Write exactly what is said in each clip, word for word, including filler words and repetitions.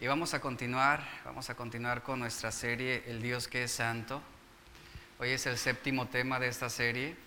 Y vamos a continuar, vamos a continuar con nuestra serie El Dios que es Santo. Hoy es el séptimo tema de esta serie.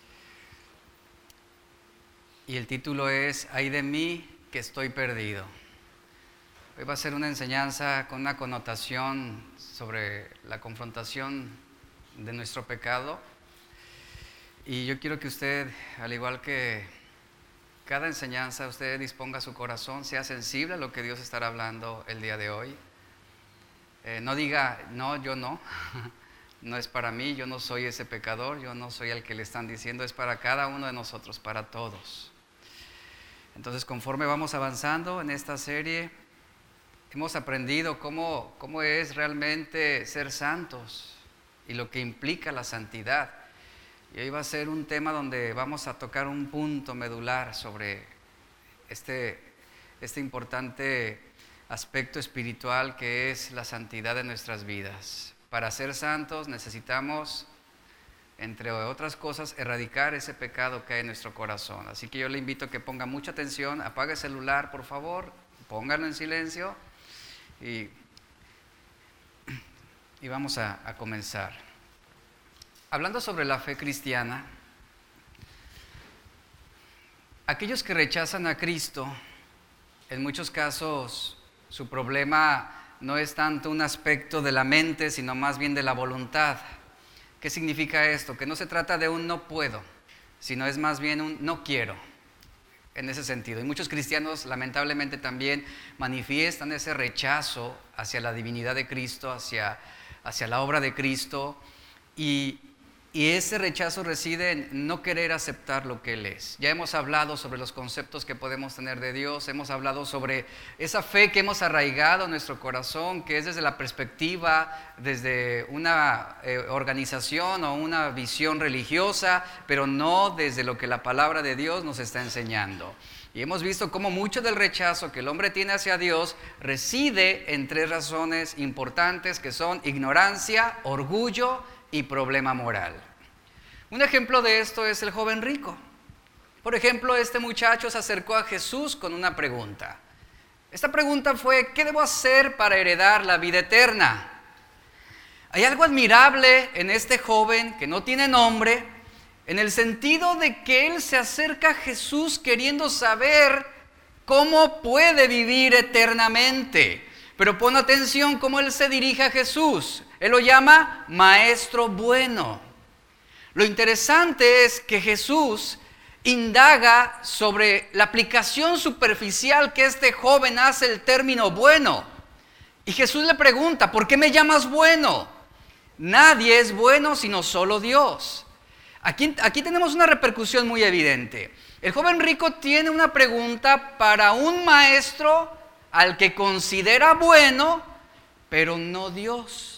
Y el título es Ay de mí que estoy perdido. Hoy va a ser una enseñanza con una connotación sobre la confrontación de nuestro pecado. Y yo quiero que usted, al igual que cada enseñanza, usted disponga su corazón, sea sensible a lo que Dios estará hablando el día de hoy. Eh, no diga, no, yo no, no es para mí, yo no soy ese pecador, yo no soy el que le están diciendo, es para cada uno de nosotros, para todos. Entonces, conforme vamos avanzando en esta serie, hemos aprendido cómo, cómo es realmente ser santos y lo que implica la santidad. Y hoy va a ser un tema donde vamos a tocar un punto medular sobre este, este importante aspecto espiritual que es la santidad de nuestras vidas. Para ser santos necesitamos, entre otras cosas, erradicar ese pecado que hay en nuestro corazón. Así que yo le invito a que ponga mucha atención, apague el celular, por favor, póngalo en silencio y, y vamos a, a comenzar. Hablando sobre la fe cristiana, aquellos que rechazan a Cristo, en muchos casos su problema no es tanto un aspecto de la mente, sino más bien de la voluntad. ¿Qué significa esto? Que no se trata de un no puedo, sino es más bien un no quiero, en ese sentido. Y muchos cristianos lamentablemente también manifiestan ese rechazo hacia la divinidad de Cristo, hacia, hacia la obra de Cristo, y Y ese rechazo reside en no querer aceptar lo que Él es. Ya hemos hablado sobre los conceptos que podemos tener de Dios, hemos hablado sobre esa fe que hemos arraigado en nuestro corazón, que es desde la perspectiva, desde una eh, organización o una visión religiosa, pero no desde lo que la palabra de Dios nos está enseñando. Y hemos visto cómo mucho del rechazo que el hombre tiene hacia Dios reside en tres razones importantes que son ignorancia, orgullo y problema moral. Un ejemplo de esto es el joven rico. Por ejemplo, este muchacho se acercó a Jesús con una pregunta. Esta pregunta fue: ¿qué debo hacer para heredar la vida eterna? Hay algo admirable en este joven que no tiene nombre, en el sentido de que él se acerca a Jesús queriendo saber cómo puede vivir eternamente. Pero pon atención cómo él se dirige a Jesús. Él lo llama Maestro Bueno. Lo interesante es que Jesús indaga sobre la aplicación superficial que este joven hace el término bueno. Y Jesús le pregunta: ¿por qué me llamas bueno? Nadie es bueno sino solo Dios. Aquí, aquí tenemos una repercusión muy evidente. El joven rico tiene una pregunta para un maestro al que considera bueno, pero no Dios.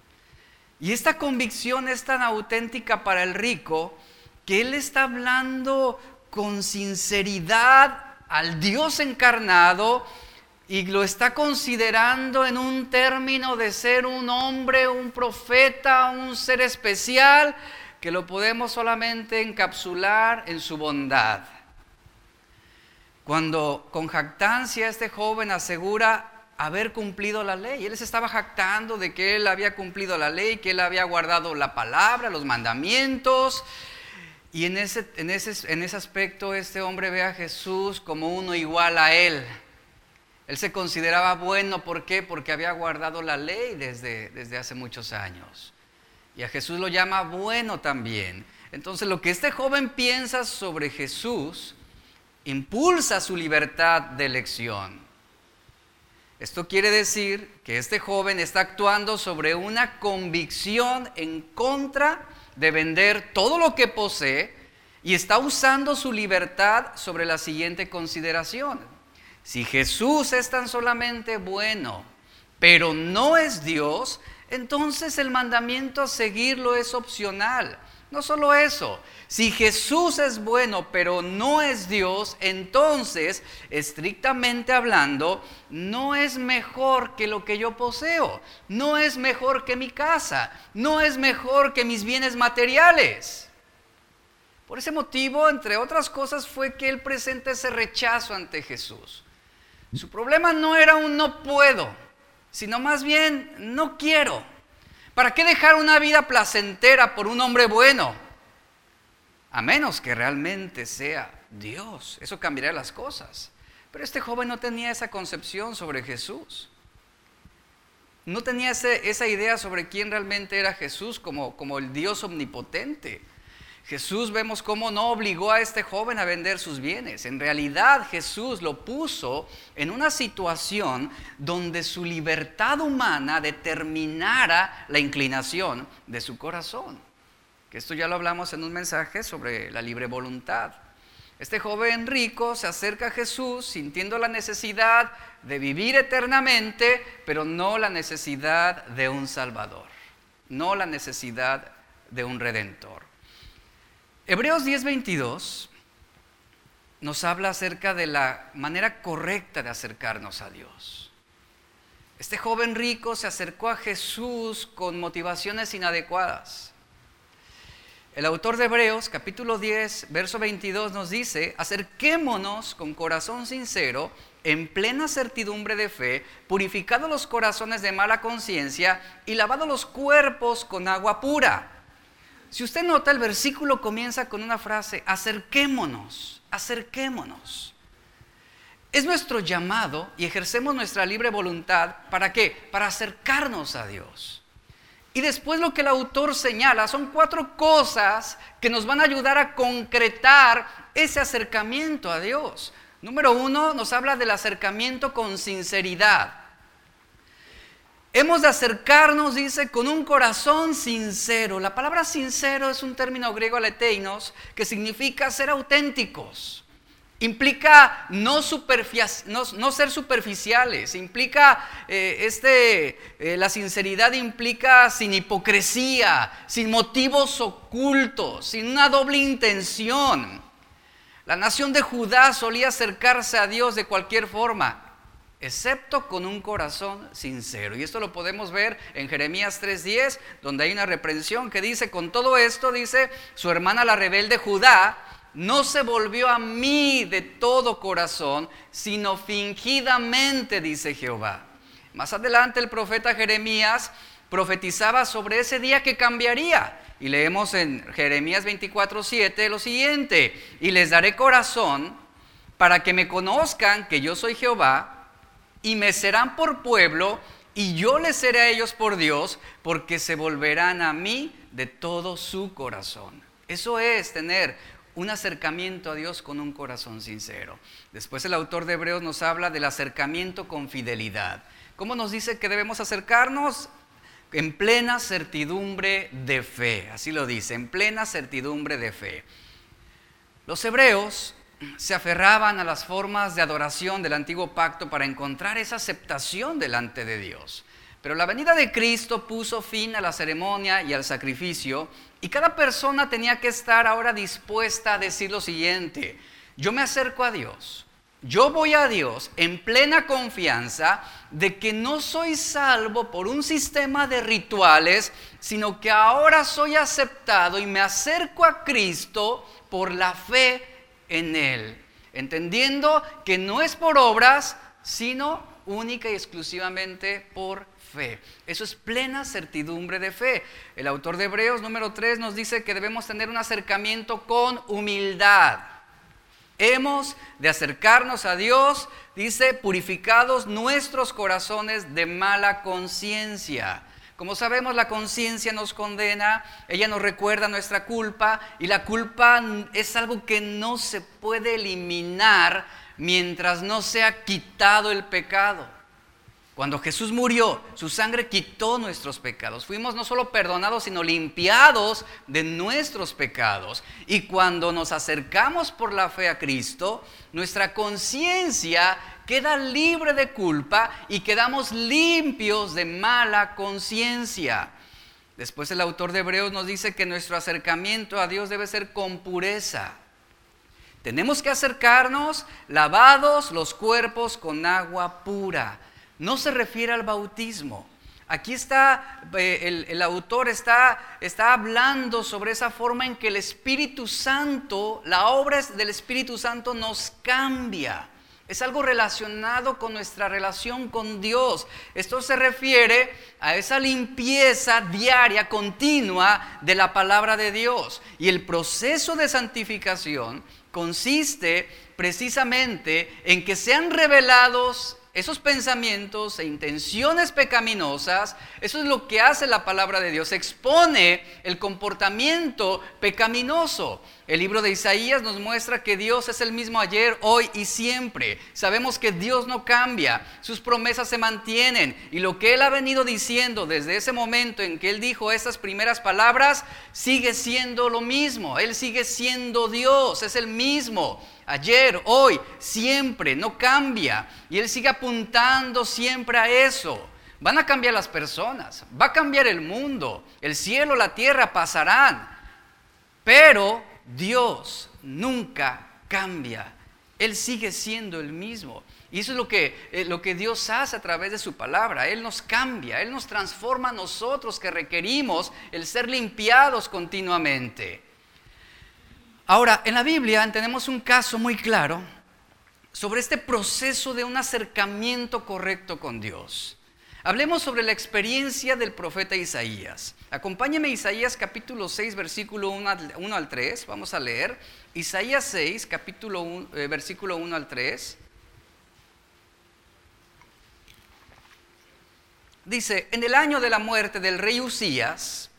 Y esta convicción es tan auténtica para el rico que él está hablando con sinceridad al Dios encarnado y lo está considerando en un término de ser un hombre, un profeta, un ser especial, que lo podemos solamente encapsular en su bondad. Cuando con jactancia este joven asegura haber cumplido la ley. Él se estaba jactando de que él había cumplido la ley, que él había guardado la palabra, los mandamientos. Y en ese, en ese, en ese aspecto este hombre ve a Jesús como uno igual a él. Él se consideraba bueno, ¿por qué? Porque había guardado la ley desde, desde hace muchos años. Y a Jesús lo llama bueno también. Entonces lo que este joven piensa sobre Jesús impulsa su libertad de elección. Esto quiere decir que este joven está actuando sobre una convicción en contra de vender todo lo que posee y está usando su libertad sobre la siguiente consideración. Si Jesús es tan solamente bueno, pero no es Dios, entonces el mandamiento a seguirlo es opcional. No solo eso, si Jesús es bueno pero no es Dios, entonces, estrictamente hablando, no es mejor que lo que yo poseo, no es mejor que mi casa, no es mejor que mis bienes materiales. Por ese motivo, entre otras cosas, fue que él presenta ese rechazo ante Jesús. Su problema no era un no puedo, sino más bien no quiero. ¿Para qué dejar una vida placentera por un hombre bueno? A menos que realmente sea Dios. Eso cambiaría las cosas. Pero este joven no tenía esa concepción sobre Jesús. No tenía ese, esa idea sobre quién realmente era Jesús como, como el Dios omnipotente. Jesús, vemos cómo no obligó a este joven a vender sus bienes. En realidad Jesús lo puso en una situación donde su libertad humana determinara la inclinación de su corazón. Que esto ya lo hablamos en un mensaje sobre la libre voluntad. Este joven rico se acerca a Jesús sintiendo la necesidad de vivir eternamente, pero no la necesidad de un Salvador, no la necesidad de un Redentor. Hebreos diez veintidós nos habla acerca de la manera correcta de acercarnos a Dios. Este joven rico se acercó a Jesús con motivaciones inadecuadas. El autor de Hebreos, capítulo diez, verso veintidós, nos dice: acerquémonos con corazón sincero, en plena certidumbre de fe, purificados los corazones de mala conciencia y lavados los cuerpos con agua pura. Si usted nota, el versículo comienza con una frase: acerquémonos, acerquémonos. Es nuestro llamado y ejercemos nuestra libre voluntad. ¿Para qué? Para acercarnos a Dios. Y después lo que el autor señala son cuatro cosas que nos van a ayudar a concretar ese acercamiento a Dios. Número uno, nos habla del acercamiento con sinceridad. Hemos de acercarnos, dice, con un corazón sincero. La palabra sincero es un término griego aleteinos que significa ser auténticos. Implica no, no, no ser superficiales, implica, eh, este, eh, la sinceridad implica sin hipocresía, sin motivos ocultos, sin una doble intención. La nación de Judá solía acercarse a Dios de cualquier forma, excepto con un corazón sincero. Y esto lo podemos ver en Jeremías tres diez, donde hay una reprensión que dice: con todo esto, dice, su hermana la rebelde Judá no se volvió a mí de todo corazón, sino fingidamente, dice Jehová. Más adelante el profeta Jeremías profetizaba sobre ese día que cambiaría. Y leemos en Jeremías veinticuatro siete lo siguiente: y les daré corazón para que me conozcan que yo soy Jehová, y me serán por pueblo, y yo les seré a ellos por Dios, porque se volverán a mí de todo su corazón. Eso es tener un acercamiento a Dios con un corazón sincero. Después el autor de Hebreos nos habla del acercamiento con fidelidad. ¿Cómo nos dice que debemos acercarnos? En plena certidumbre de fe. Así lo dice, en plena certidumbre de fe. Los hebreos se aferraban a las formas de adoración del antiguo pacto para encontrar esa aceptación delante de Dios. Pero la venida de Cristo puso fin a la ceremonia y al sacrificio, y cada persona tenía que estar ahora dispuesta a decir lo siguiente: yo me acerco a Dios, yo voy a Dios en plena confianza de que no soy salvo por un sistema de rituales, sino que ahora soy aceptado y me acerco a Cristo por la fe en Él, entendiendo que no es por obras, sino única y exclusivamente por fe. Eso es plena certidumbre de fe. El autor de Hebreos número tres nos dice que debemos tener un acercamiento con humildad. Hemos de acercarnos a Dios, dice, purificados nuestros corazones de mala conciencia. Como sabemos, la conciencia nos condena, ella nos recuerda nuestra culpa, y la culpa es algo que no se puede eliminar mientras no sea quitado el pecado. Cuando Jesús murió, su sangre quitó nuestros pecados. Fuimos no solo perdonados, sino limpiados de nuestros pecados. Y cuando nos acercamos por la fe a Cristo, nuestra conciencia queda libre de culpa y quedamos limpios de mala conciencia. Después el autor de Hebreos nos dice que nuestro acercamiento a Dios debe ser con pureza. Tenemos que acercarnos lavados los cuerpos con agua pura. No se refiere al bautismo. Aquí está, eh, el, el autor está, está hablando sobre esa forma en que el Espíritu Santo, la obra del Espíritu Santo nos cambia. Es algo relacionado con nuestra relación con Dios. Esto se refiere a esa limpieza diaria, continua de la palabra de Dios. Y el proceso de santificación consiste precisamente en que sean revelados esos pensamientos e intenciones pecaminosas. Eso es lo que hace la palabra de Dios, expone el comportamiento pecaminoso. El libro de Isaías nos muestra que Dios es el mismo ayer, hoy y siempre. Sabemos que Dios no cambia, sus promesas se mantienen, y lo que Él ha venido diciendo desde ese momento en que Él dijo esas primeras palabras, sigue siendo lo mismo. Él sigue siendo Dios, es el mismo. Ayer, hoy, siempre, no cambia. Y Él sigue apuntando siempre a eso. Van a cambiar las personas, va a cambiar el mundo, el cielo, la tierra pasarán, pero Dios nunca cambia. Él sigue siendo el mismo. Y eso es lo que, eh, lo que Dios hace a través de su palabra. Él nos cambia, Él nos transforma a nosotros que requerimos el ser limpiados continuamente. Ahora, en la Biblia tenemos un caso muy claro sobre este proceso de un acercamiento correcto con Dios. Hablemos sobre la experiencia del profeta Isaías. Acompáñeme a Isaías capítulo seis, versículo uno al tres. Vamos a leer Isaías seis, capítulo uno, eh, versículo uno al tres. Dice, en el año de la muerte del rey Usías,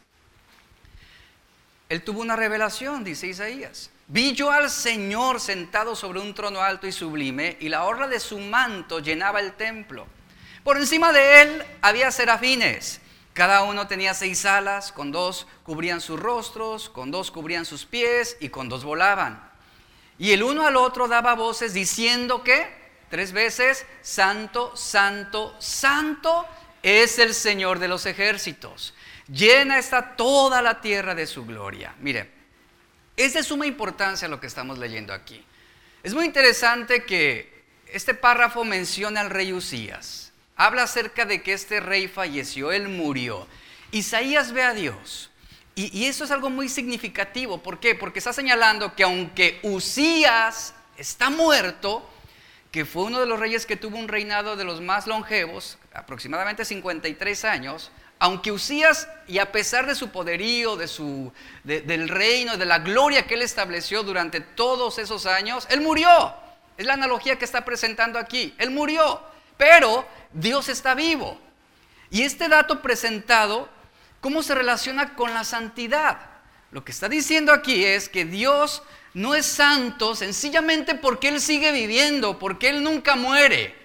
él tuvo una revelación, dice Isaías. Vi yo al Señor sentado sobre un trono alto y sublime, y la orla de su manto llenaba el templo. Por encima de él había serafines. Cada uno tenía seis alas, con dos cubrían sus rostros, con dos cubrían sus pies, y con dos volaban. Y el uno al otro daba voces diciendo que, tres veces, Santo, Santo, Santo es el Señor de los ejércitos. Llena está toda la tierra de su gloria. Mire, es de suma importancia lo que estamos leyendo aquí. Es muy interesante que este párrafo mencione al rey Usías. Habla acerca de que este rey falleció, él murió. Isaías ve a Dios. Y, y eso es algo muy significativo. ¿Por qué? Porque está señalando que aunque Usías está muerto, que fue uno de los reyes que tuvo un reinado de los más longevos, aproximadamente cincuenta y tres años, aunque Usías, y a pesar de su poderío, de su, de, del reino, de la gloria que él estableció durante todos esos años, él murió. Es la analogía que está presentando aquí. Él murió, pero Dios está vivo. Y este dato presentado, ¿cómo se relaciona con la santidad? Lo que está diciendo aquí es que Dios no es santo sencillamente porque Él sigue viviendo, porque Él nunca muere.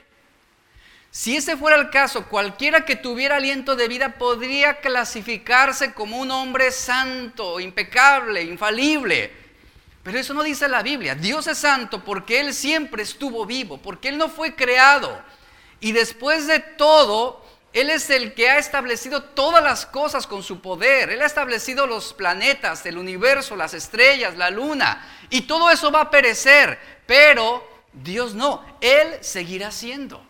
Si ese fuera el caso, cualquiera que tuviera aliento de vida podría clasificarse como un hombre santo, impecable, infalible. Pero eso no dice la Biblia. Dios es santo porque Él siempre estuvo vivo, porque Él no fue creado. Y después de todo, Él es el que ha establecido todas las cosas con su poder. Él ha establecido los planetas, el universo, las estrellas, la luna. Y todo eso va a perecer, pero Dios no. Él seguirá siendo.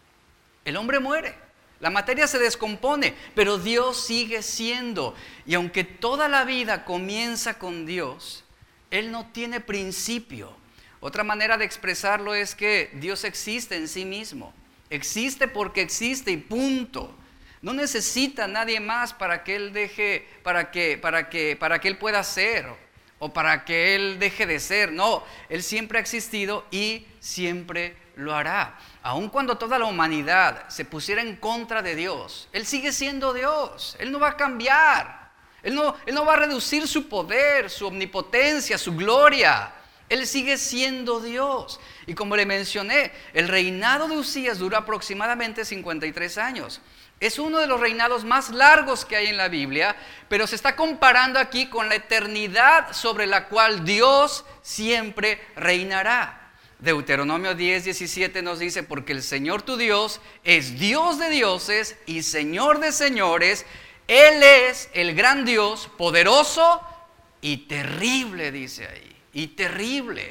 El hombre muere, la materia se descompone, pero Dios sigue siendo. Y aunque toda la vida comienza con Dios, Él no tiene principio. Otra manera de expresarlo es que Dios existe en sí mismo. Existe porque existe y punto. No necesita a nadie más para que Él deje, para que, para que, para que Él pueda ser o para que Él deje de ser. No, Él siempre ha existido y siempre lo hará. Aun cuando toda la humanidad se pusiera en contra de Dios, Él sigue siendo Dios. Él no va a cambiar. Él no, Él no va a reducir su poder, su omnipotencia, su gloria. Él sigue siendo Dios. Y como le mencioné, el reinado de Usías duró aproximadamente cincuenta y tres años. Es uno de los reinados más largos que hay en la Biblia, pero se está comparando aquí con la eternidad sobre la cual Dios siempre reinará. Deuteronomio diez, diecisiete nos dice, porque el Señor tu Dios es Dios de dioses y Señor de señores. Él es el gran Dios, poderoso y terrible, dice ahí, y terrible.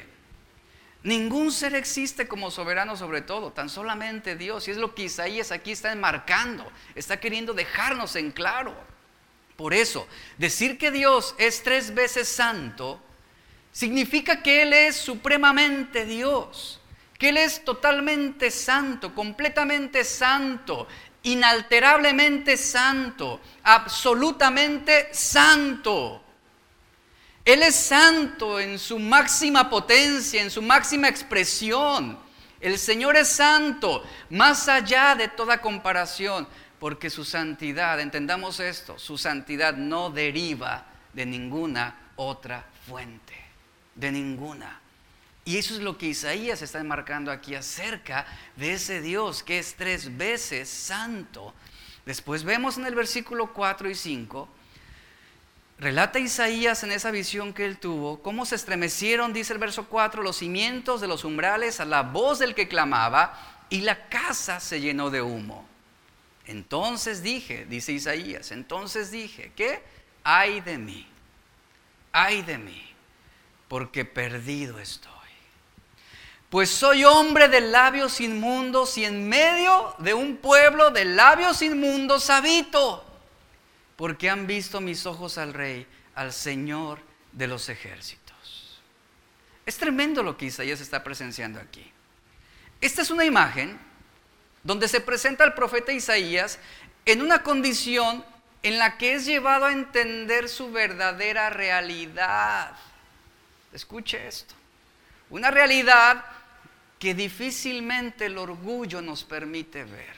Ningún ser existe como soberano sobre todo, tan solamente Dios. Y es lo que Isaías aquí está enmarcando, está queriendo dejarnos en claro. Por eso, decir que Dios es tres veces santo significa que Él es supremamente Dios, que Él es totalmente santo, completamente santo, inalterablemente santo, absolutamente santo. Él es santo en su máxima potencia, en su máxima expresión. El Señor es santo, más allá de toda comparación, porque su santidad, entendamos esto, su santidad no deriva de ninguna otra fuente, de ninguna. Y eso es lo que Isaías está enmarcando aquí acerca de ese Dios que es tres veces santo. Después vemos en el versículo cuatro y cinco, relata Isaías en esa visión que él tuvo, cómo se estremecieron, dice el verso cuatro, los cimientos de los umbrales a la voz del que clamaba, y la casa se llenó de humo. Entonces dije, dice Isaías, entonces dije, ¿qué? Ay de mí, ay de mí, porque perdido estoy. Pues soy hombre de labios inmundos y en medio de un pueblo de labios inmundos habito. Porque han visto mis ojos al Rey, al Señor de los ejércitos. Es tremendo lo que Isaías está presenciando aquí. Esta es una imagen donde se presenta al profeta Isaías en una condición en la que es llevado a entender su verdadera realidad. Escuche esto. Una realidad que difícilmente el orgullo nos permite ver.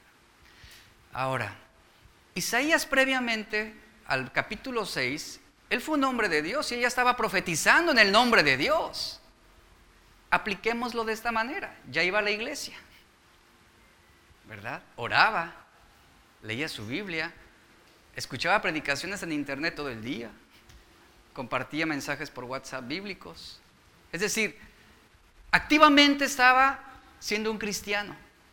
Ahora, Isaías previamente al capítulo seis, él fue un hombre de Dios y ella estaba profetizando en el nombre de Dios. Apliquémoslo de esta manera. Ya iba a la iglesia, ¿verdad? Oraba, leía su Biblia, escuchaba predicaciones en internet todo el día, compartía mensajes por WhatsApp bíblicos. Es decir, activamente estaba siendo un cristiano,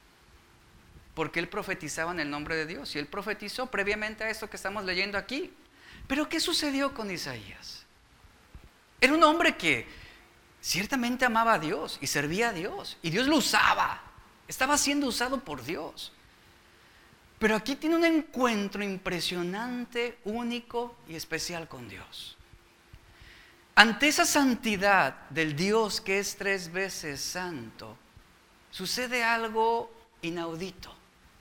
porque él profetizaba en el nombre de Dios y él profetizó previamente a esto que estamos leyendo aquí. Pero ¿qué sucedió con Isaías? Era un hombre que ciertamente amaba a Dios y servía a Dios y Dios lo usaba, estaba siendo usado por Dios. Pero aquí tiene un encuentro impresionante, único y especial con Dios. Ante esa santidad del Dios que es tres veces santo, sucede algo inaudito.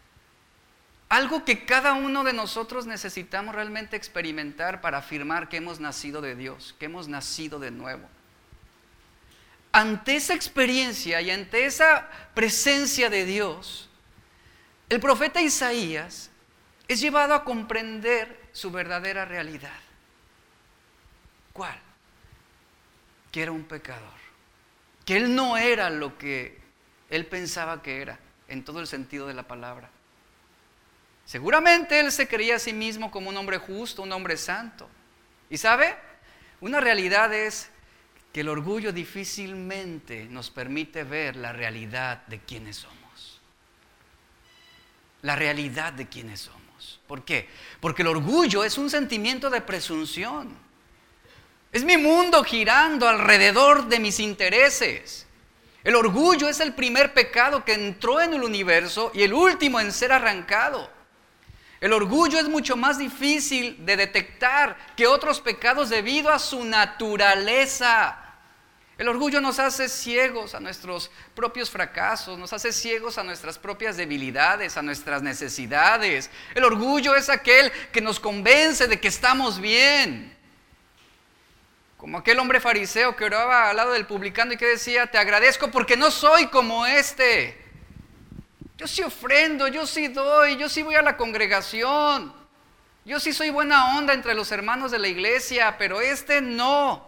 Algo que cada uno de nosotros necesitamos realmente experimentar para afirmar que hemos nacido de Dios, que hemos nacido de nuevo. Ante esa experiencia y ante esa presencia de Dios, el profeta Isaías es llevado a comprender su verdadera realidad. ¿Cuál? Que era un pecador, que él no era lo que él pensaba que era, en todo el sentido de la palabra. Seguramente él se creía a sí mismo como un hombre justo, un hombre santo. ¿Y sabe? Una realidad es que el orgullo difícilmente nos permite ver la realidad de quiénes somos. La realidad de quiénes somos. ¿Por qué? Porque el orgullo es un sentimiento de presunción. Es mi mundo girando alrededor de mis intereses. El orgullo es el primer pecado que entró en el universo y el último en ser arrancado. El orgullo es mucho más difícil de detectar que otros pecados debido a su naturaleza. El orgullo nos hace ciegos a nuestros propios fracasos, nos hace ciegos a nuestras propias debilidades, a nuestras necesidades. El orgullo es aquel que nos convence de que estamos bien. Como aquel hombre fariseo que oraba al lado del publicano y que decía, te agradezco porque no soy como este. Yo sí ofrendo, yo sí doy, yo sí voy a la congregación. Yo sí soy buena onda entre los hermanos de la iglesia, pero este no.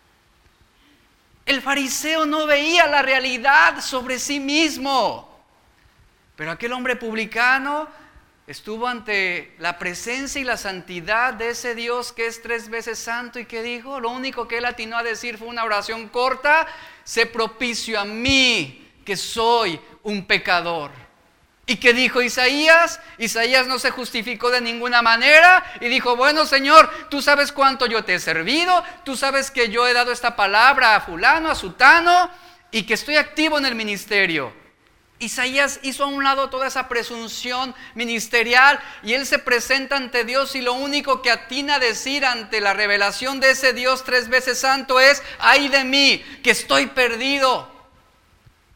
El fariseo no veía la realidad sobre sí mismo. Pero aquel hombre publicano estuvo ante la presencia y la santidad de ese Dios que es tres veces santo y que dijo, lo único que él atinó a decir fue una oración corta, sé propicio a mí que soy un pecador. ¿Y qué dijo Isaías? Isaías no se justificó de ninguna manera y dijo, bueno Señor, tú sabes cuánto yo te he servido, tú sabes que yo he dado esta palabra a fulano, a sutano y que estoy activo en el ministerio. Isaías hizo a un lado toda esa presunción ministerial y él se presenta ante Dios y lo único que atina a decir ante la revelación de ese Dios tres veces santo es, ay de mí, que estoy perdido.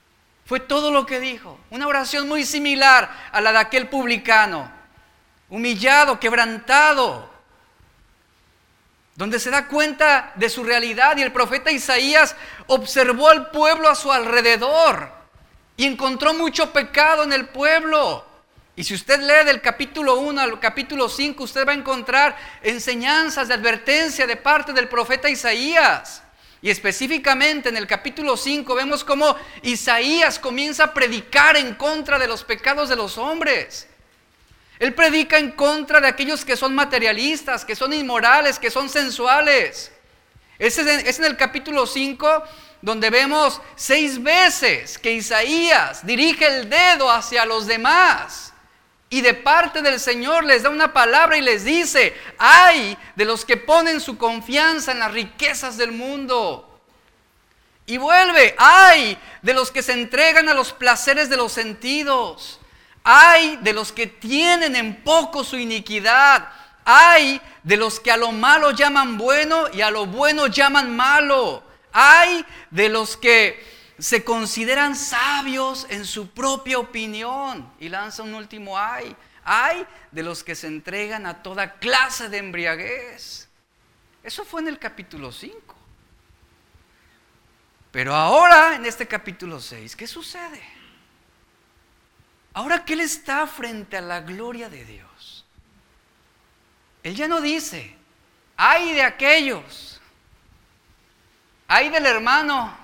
Fue todo lo que dijo. Una oración muy similar a la de aquel publicano, humillado, quebrantado, donde se da cuenta de su realidad. Y el profeta Isaías observó al pueblo a su alrededor y encontró mucho pecado en el pueblo. Y si usted lee del capítulo uno al capítulo cinco, usted va a encontrar enseñanzas de advertencia de parte del profeta Isaías. Y específicamente en el capítulo cinco vemos cómo Isaías comienza a predicar en contra de los pecados de los hombres. Él predica en contra de aquellos que son materialistas, que son inmorales, que son sensuales. Es en, es en el capítulo cinco donde vemos seis veces que Isaías dirige el dedo hacia los demás. Y de parte del Señor les da una palabra y les dice: ay de los que ponen su confianza en las riquezas del mundo. Y vuelve: ay de los que se entregan a los placeres de los sentidos. Ay de los que tienen en poco su iniquidad. Ay de los que a lo malo llaman bueno y a lo bueno llaman malo. Ay de los que se consideran sabios en su propia opinión. Y lanza un último ay. Ay de los que se entregan a toda clase de embriaguez. Eso fue en el capítulo cinco. Pero ahora en este capítulo seis, ¿qué sucede? Ahora que Él está frente a la gloria de Dios, Él ya no dice: ay de aquellos, ay del hermano.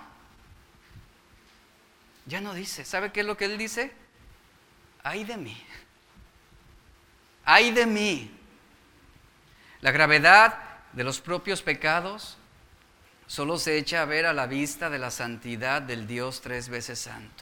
Ya no dice. ¿Sabe qué es lo que Él dice? Ay de mí. Ay de mí. La gravedad de los propios pecados solo se echa a ver a la vista de la santidad del Dios tres veces santo.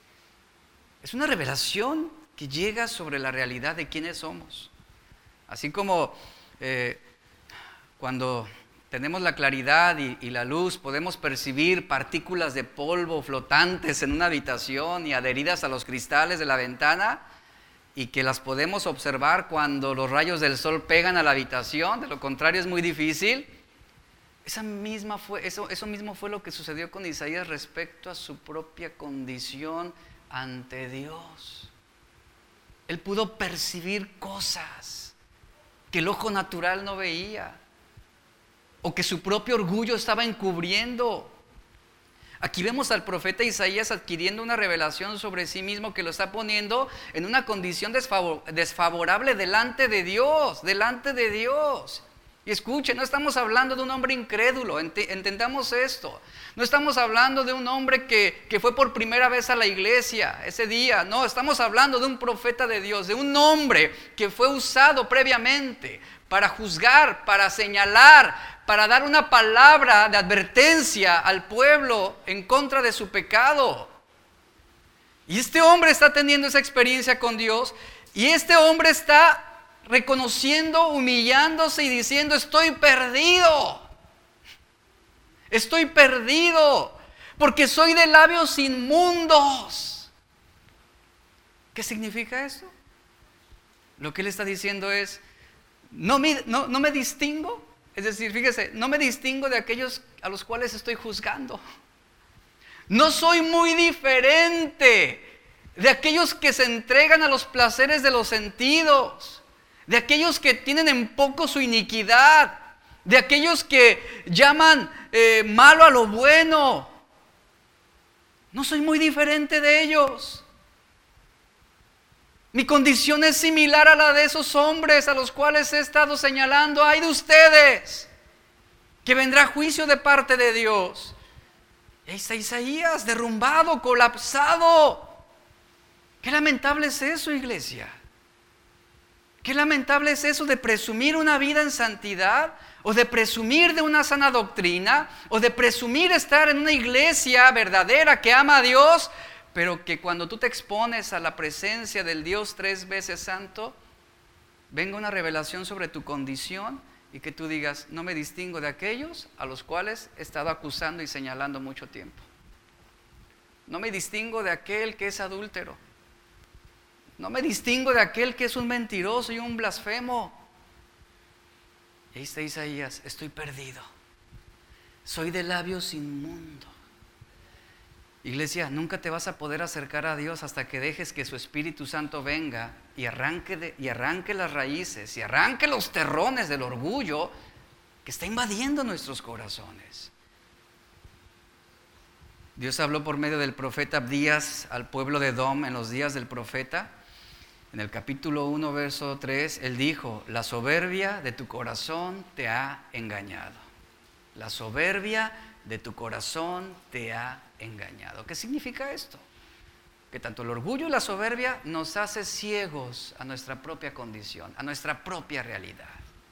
Es una revelación que llega sobre la realidad de quiénes somos. Así como eh, cuando tenemos la claridad y, y la luz, podemos percibir partículas de polvo flotantes en una habitación y adheridas a los cristales de la ventana, y que las podemos observar cuando los rayos del sol pegan a la habitación. De lo contrario es muy difícil. Esa misma fue, eso, eso mismo fue lo que sucedió con Isaías respecto a su propia condición ante Dios. Él pudo percibir cosas que el ojo natural no veía, o que su propio orgullo estaba encubriendo. Aquí vemos al profeta Isaías adquiriendo una revelación sobre sí mismo que lo está poniendo en una condición desfavor- desfavorable delante de Dios, delante de Dios. Y escuchen, no estamos hablando de un hombre incrédulo, ent- entendamos esto. No estamos hablando de un hombre que, que fue por primera vez a la iglesia ese día. No, estamos hablando de un profeta de Dios, de un hombre que fue usado previamente para juzgar, para señalar, para dar una palabra de advertencia al pueblo en contra de su pecado. Y este hombre está teniendo esa experiencia con Dios, y este hombre está reconociendo, humillándose y diciendo: estoy perdido, estoy perdido, porque soy de labios inmundos. ¿Qué significa esto? Lo que él está diciendo es: no me, no, no me distingo. Es decir, fíjese, no me distingo de aquellos a los cuales estoy juzgando. No soy muy diferente de aquellos que se entregan a los placeres de los sentidos, de aquellos que tienen en poco su iniquidad, de aquellos que llaman eh, malo a lo bueno. No soy muy diferente de ellos. Mi condición es similar a la de esos hombres a los cuales he estado señalando. Ay de ustedes, que vendrá juicio de parte de Dios. Y ahí está Isaías derrumbado, colapsado. Qué lamentable es eso, iglesia. Qué lamentable es eso de presumir una vida en santidad, o de presumir de una sana doctrina, o de presumir estar en una iglesia verdadera que ama a Dios, pero que cuando tú te expones a la presencia del Dios tres veces santo, venga una revelación sobre tu condición y que tú digas: no me distingo de aquellos a los cuales he estado acusando y señalando mucho tiempo. No me distingo de aquel que es adúltero. No me distingo de aquel que es un mentiroso y un blasfemo. Y ahí está Isaías: estoy perdido, soy de labios inmundos. Iglesia, nunca te vas a poder acercar a Dios hasta que dejes que su Espíritu Santo venga y arranque, de, y arranque las raíces y arranque los terrones del orgullo que está invadiendo nuestros corazones. Dios habló por medio del profeta Abdías al pueblo de Edom en los días del profeta. En el capítulo uno, verso tres, él dijo: la soberbia de tu corazón te ha engañado. La soberbia de tu corazón te ha engañado. ¿Qué significa esto? Que tanto el orgullo y la soberbia nos hace ciegos a nuestra propia condición, a nuestra propia realidad.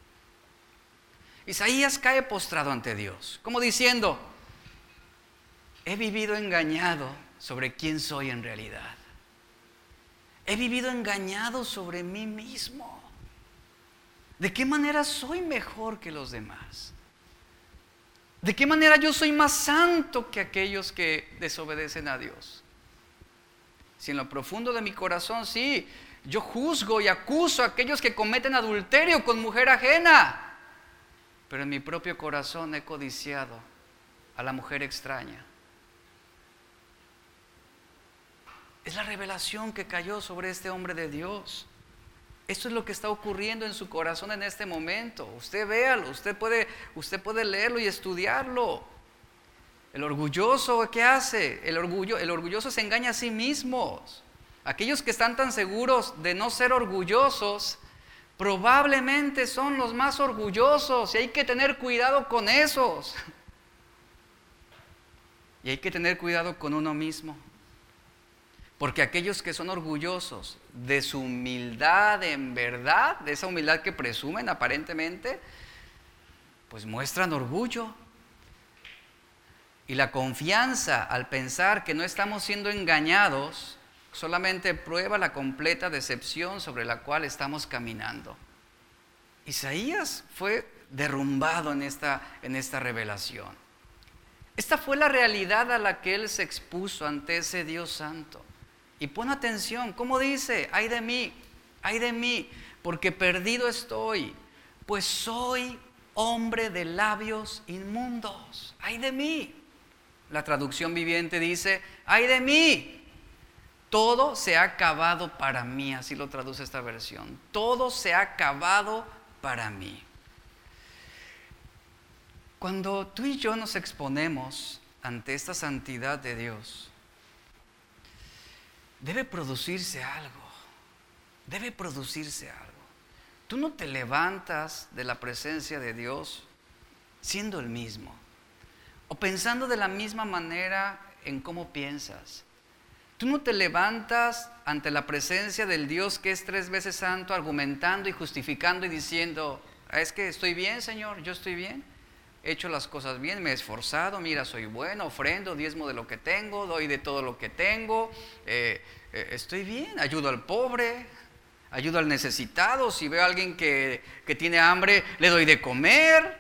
Isaías cae postrado ante Dios, como diciendo: he vivido engañado sobre quién soy en realidad. He vivido engañado sobre mí mismo. ¿De qué manera soy mejor que los demás? ¿De qué manera yo soy más santo que aquellos que desobedecen a Dios? Si en lo profundo de mi corazón, sí, yo juzgo y acuso a aquellos que cometen adulterio con mujer ajena, pero en mi propio corazón he codiciado a la mujer extraña. Es la revelación que cayó sobre este hombre de Dios. Esto es lo que está ocurriendo en su corazón en este momento. Usted véalo, usted puede, usted puede leerlo y estudiarlo. El orgulloso, ¿qué hace? El, orgullo, el orgulloso se engaña a sí mismo. Aquellos que están tan seguros de no ser orgullosos, probablemente son los más orgullosos, y hay que tener cuidado con esos. Y hay que tener cuidado con uno mismo. Porque aquellos que son orgullosos de su humildad en verdad, de esa humildad que presumen aparentemente, pues muestran orgullo. Y la confianza al pensar que no estamos siendo engañados solamente prueba la completa decepción sobre la cual estamos caminando. Isaías fue derrumbado en esta, en esta revelación. Esta fue la realidad a la que él se expuso ante ese Dios santo. Y pon atención, ¿cómo dice? Ay de mí, ay de mí, porque perdido estoy, pues soy hombre de labios inmundos. Ay de mí. La traducción viviente dice: ay de mí, todo se ha acabado para mí. Así lo traduce esta versión. Todo se ha acabado para mí. Cuando tú y yo nos exponemos ante esta santidad de Dios, debe producirse algo, debe producirse algo. Tú no te levantas de la presencia de Dios siendo el mismo, o pensando de la misma manera en cómo piensas. Tú no te levantas ante la presencia del Dios que es tres veces santo, argumentando y justificando y diciendo: es que estoy bien, Señor, yo estoy bien. He hecho las cosas bien, me he esforzado, mira, soy bueno, ofrendo, diezmo de lo que tengo, doy de todo lo que tengo, eh, eh, estoy bien, ayudo al pobre, ayudo al necesitado, si veo a alguien que, que tiene hambre, le doy de comer.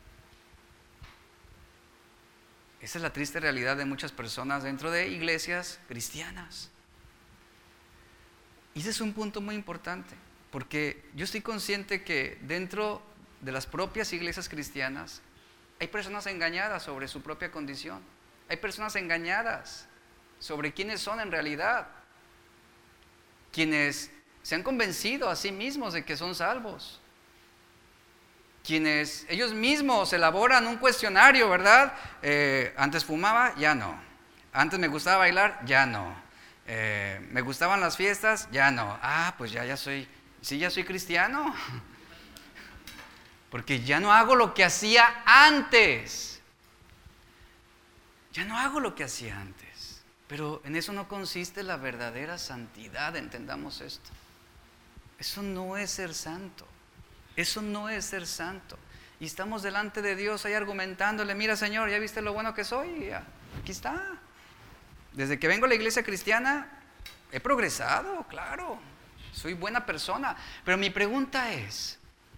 Esa es la triste realidad de muchas personas dentro de iglesias cristianas. Y ese es un punto muy importante, porque yo estoy consciente que dentro de las propias iglesias cristianas hay personas engañadas sobre su propia condición. Hay personas engañadas sobre quiénes son en realidad. Quienes se han convencido a sí mismos de que son salvos. Quienes ellos mismos elaboran un cuestionario, ¿verdad? Eh, antes fumaba, ya no. Antes me gustaba bailar, ya no. Eh, me gustaban las fiestas, ya no. Ah, pues ya, ya soy, sí, ya soy cristiano. Porque ya no hago lo que hacía antes. Ya no hago lo que hacía antes. Pero en eso no consiste la verdadera santidad, entendamos esto. Eso no es ser santo. Eso no es ser santo. Y estamos delante de Dios ahí argumentándole: mira, Señor, ¿ya viste lo bueno que soy? Aquí está. Desde que vengo a la iglesia cristiana he progresado, claro. Soy buena persona. Pero mi pregunta es: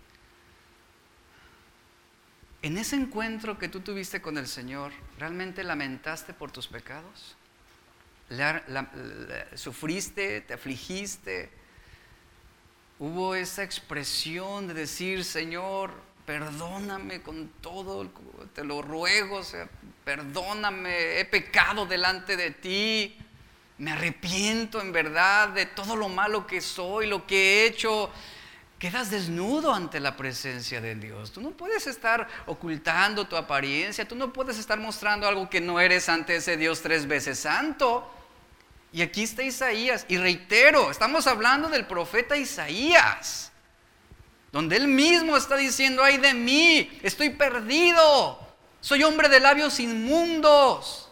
en ese encuentro que tú tuviste con el Señor, ¿realmente lamentaste por tus pecados? ¿La, la, la, ¿Sufriste? ¿Te afligiste? ¿Hubo esa expresión de decir: Señor, perdóname con todo, te lo ruego, o sea, perdóname, he pecado delante de ti, me arrepiento en verdad de todo lo malo que soy, lo que he hecho. Quedas desnudo ante la presencia de Dios. Tú no puedes estar ocultando tu apariencia, tú no puedes estar mostrando algo que no eres ante ese Dios tres veces santo. Y aquí está Isaías, y reitero, estamos hablando del profeta Isaías, donde él mismo está diciendo: ay de mí, estoy perdido, soy hombre de labios inmundos.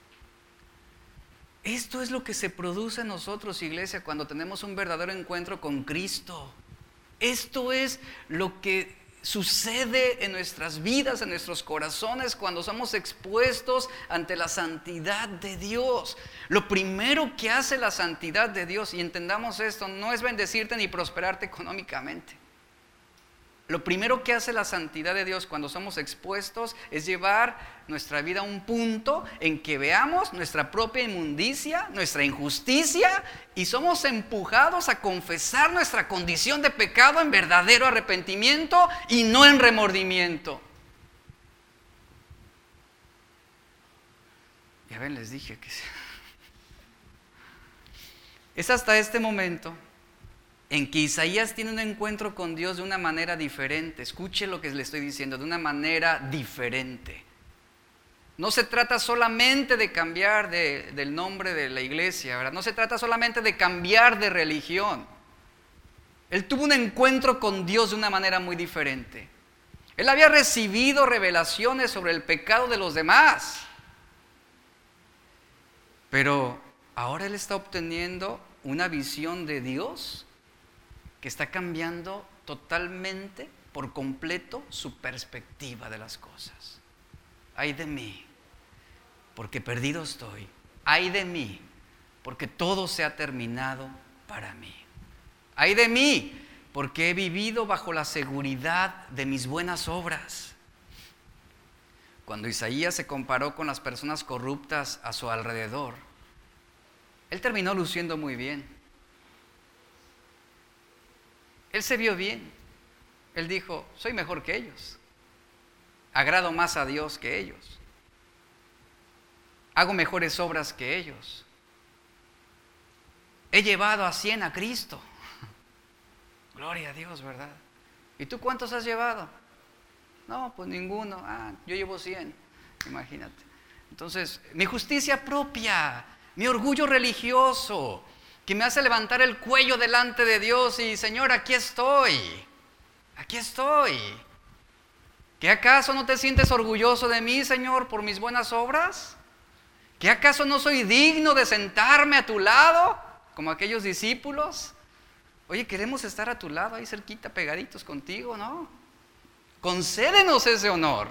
Esto es lo que se produce en nosotros, iglesia, cuando tenemos un verdadero encuentro con Cristo. Esto es lo que sucede en nuestras vidas, en nuestros corazones, cuando somos expuestos ante la santidad de Dios. Lo primero que hace la santidad de Dios, y entendamos esto, no es bendecirte ni prosperarte económicamente. Lo primero que hace la santidad de Dios cuando somos expuestos es llevar nuestra vida a un punto en que veamos nuestra propia inmundicia, nuestra injusticia, y somos empujados a confesar nuestra condición de pecado en verdadero arrepentimiento y no en remordimiento. Ya ven, les dije que es hasta este momento en que Isaías tiene un encuentro con Dios de una manera diferente. Escuche lo que le estoy diciendo, de una manera diferente. No se trata solamente de cambiar de, del nombre de la iglesia, ¿verdad? No se trata solamente de cambiar de religión. Él tuvo un encuentro con Dios de una manera muy diferente. Él había recibido revelaciones sobre el pecado de los demás, pero ahora él está obteniendo una visión de Dios que está cambiando totalmente, por completo, su perspectiva de las cosas. Ay de mí, porque perdido estoy. Ay de mí, porque todo se ha terminado para mí. Ay de mí, porque he vivido bajo la seguridad de mis buenas obras. Cuando Isaías se comparó con las personas corruptas a su alrededor, él terminó luciendo muy bien. Él se vio bien. Él dijo: soy mejor que ellos, agrado más a Dios que ellos, hago mejores obras que ellos, he llevado a cien a Cristo. Gloria a Dios, ¿verdad? ¿Y tú cuántos has llevado? No, pues ninguno. Ah, yo llevo cien, imagínate. Entonces, mi justicia propia, mi orgullo religioso, que me hace levantar el cuello delante de Dios y: Señor, aquí estoy, aquí estoy. ¿Qué acaso no te sientes orgulloso de mí, Señor, por mis buenas obras? ¿Qué acaso no soy digno de sentarme a tu lado, como aquellos discípulos? Oye, queremos estar a tu lado, ahí cerquita, pegaditos contigo, ¿no? Concédenos ese honor.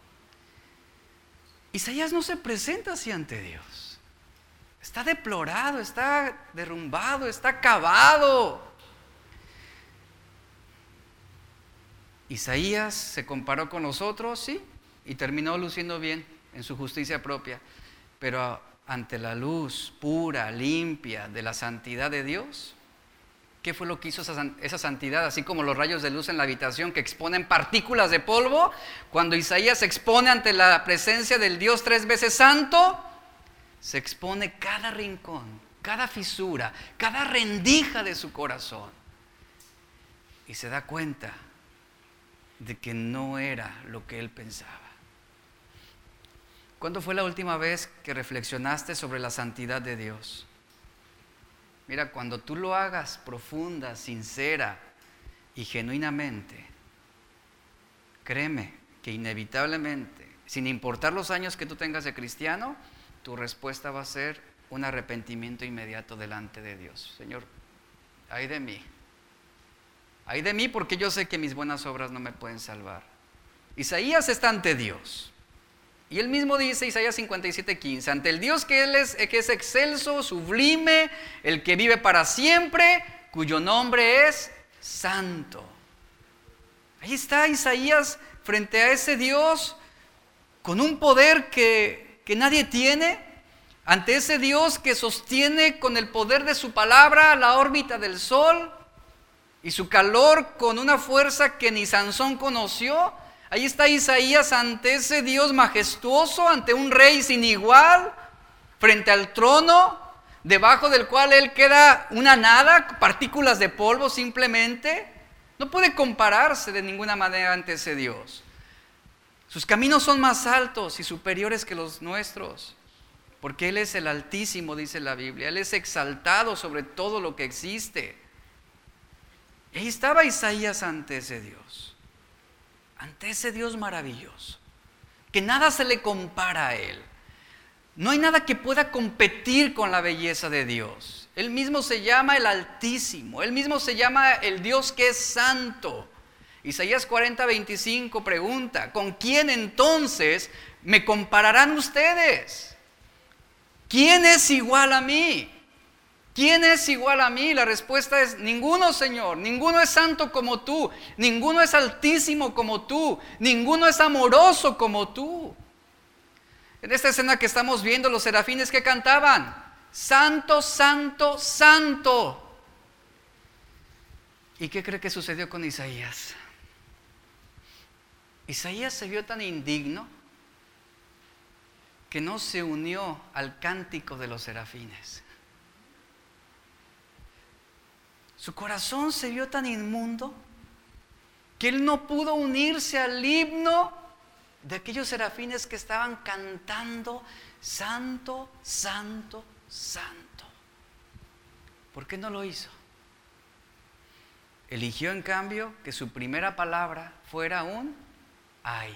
Isaías no se presenta así ante Dios. Está deplorado, está derrumbado, está acabado. Isaías se comparó con los otros, sí, y terminó luciendo bien en su justicia propia. Pero ante la luz pura, limpia de la santidad de Dios, ¿qué fue lo que hizo esa, esa santidad? Así como los rayos de luz en la habitación que exponen partículas de polvo, cuando Isaías se expone ante la presencia del Dios tres veces santo, se expone cada rincón, cada fisura, cada rendija de su corazón, y se da cuenta de que no era lo que él pensaba. ¿Cuándo fue la última vez que reflexionaste sobre la santidad de Dios? Mira, cuando tú lo hagas profunda, sincera y genuinamente, créeme que inevitablemente, sin importar los años que tú tengas de cristiano, tu respuesta va a ser un arrepentimiento inmediato delante de Dios. Señor, ay de mí, ay de mí, porque yo sé que mis buenas obras no me pueden salvar. Isaías está ante Dios, y él mismo dice, Isaías cincuenta y siete, quince, ante el Dios que, él es, que es excelso, sublime, el que vive para siempre, cuyo nombre es santo. Ahí está Isaías frente a ese Dios con un poder que, que nadie tiene, ante ese Dios que sostiene con el poder de su palabra la órbita del sol, y su calor con una fuerza que ni Sansón conoció. Ahí está Isaías ante ese Dios majestuoso, ante un rey sin igual, frente al trono, debajo del cual él queda una nada, partículas de polvo simplemente. No puede compararse de ninguna manera ante ese Dios. Sus caminos son más altos y superiores que los nuestros, porque Él es el Altísimo, dice la Biblia. Él es exaltado sobre todo lo que existe. Y ahí estaba Isaías ante ese Dios, ante ese Dios maravilloso, que nada se le compara a Él. No hay nada que pueda competir con la belleza de Dios. Él mismo se llama el Altísimo, Él mismo se llama el Dios que es santo. Isaías cuarenta, veinticinco pregunta, ¿con quién entonces me compararán ustedes? ¿Quién es igual a mí? ¿Quién es igual a mí? La respuesta es ninguno, Señor. Ninguno es santo como tú. Ninguno es altísimo como tú. Ninguno es amoroso como tú. En esta escena que estamos viendo, los serafines que cantaban, santo, santo, santo. ¿Y qué cree que sucedió con Isaías? Isaías se vio tan indigno que no se unió al cántico de los serafines. Su corazón se vio tan inmundo que él no pudo unirse al himno de aquellos serafines que estaban cantando santo, santo, santo. ¿Por qué no lo hizo? Eligió en cambio que su primera palabra fuera un ay.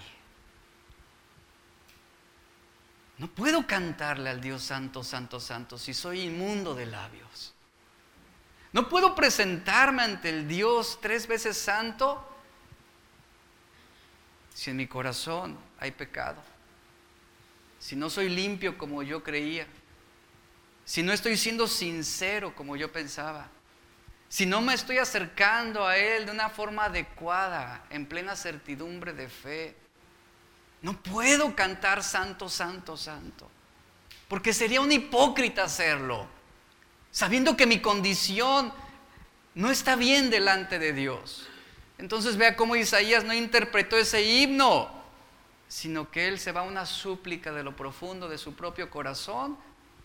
No puedo cantarle al Dios santo, santo, santo si soy inmundo de labios. No puedo presentarme ante el Dios tres veces santo si en mi corazón hay pecado, si no soy limpio como yo creía, si no estoy siendo sincero como yo pensaba, si no me estoy acercando a Él de una forma adecuada, en plena certidumbre de fe. No puedo cantar santo, santo, santo, porque sería un hipócrita hacerlo, sabiendo que mi condición no está bien delante de Dios. Entonces vea cómo Isaías no interpretó ese himno, sino que él se va a una súplica de lo profundo de su propio corazón.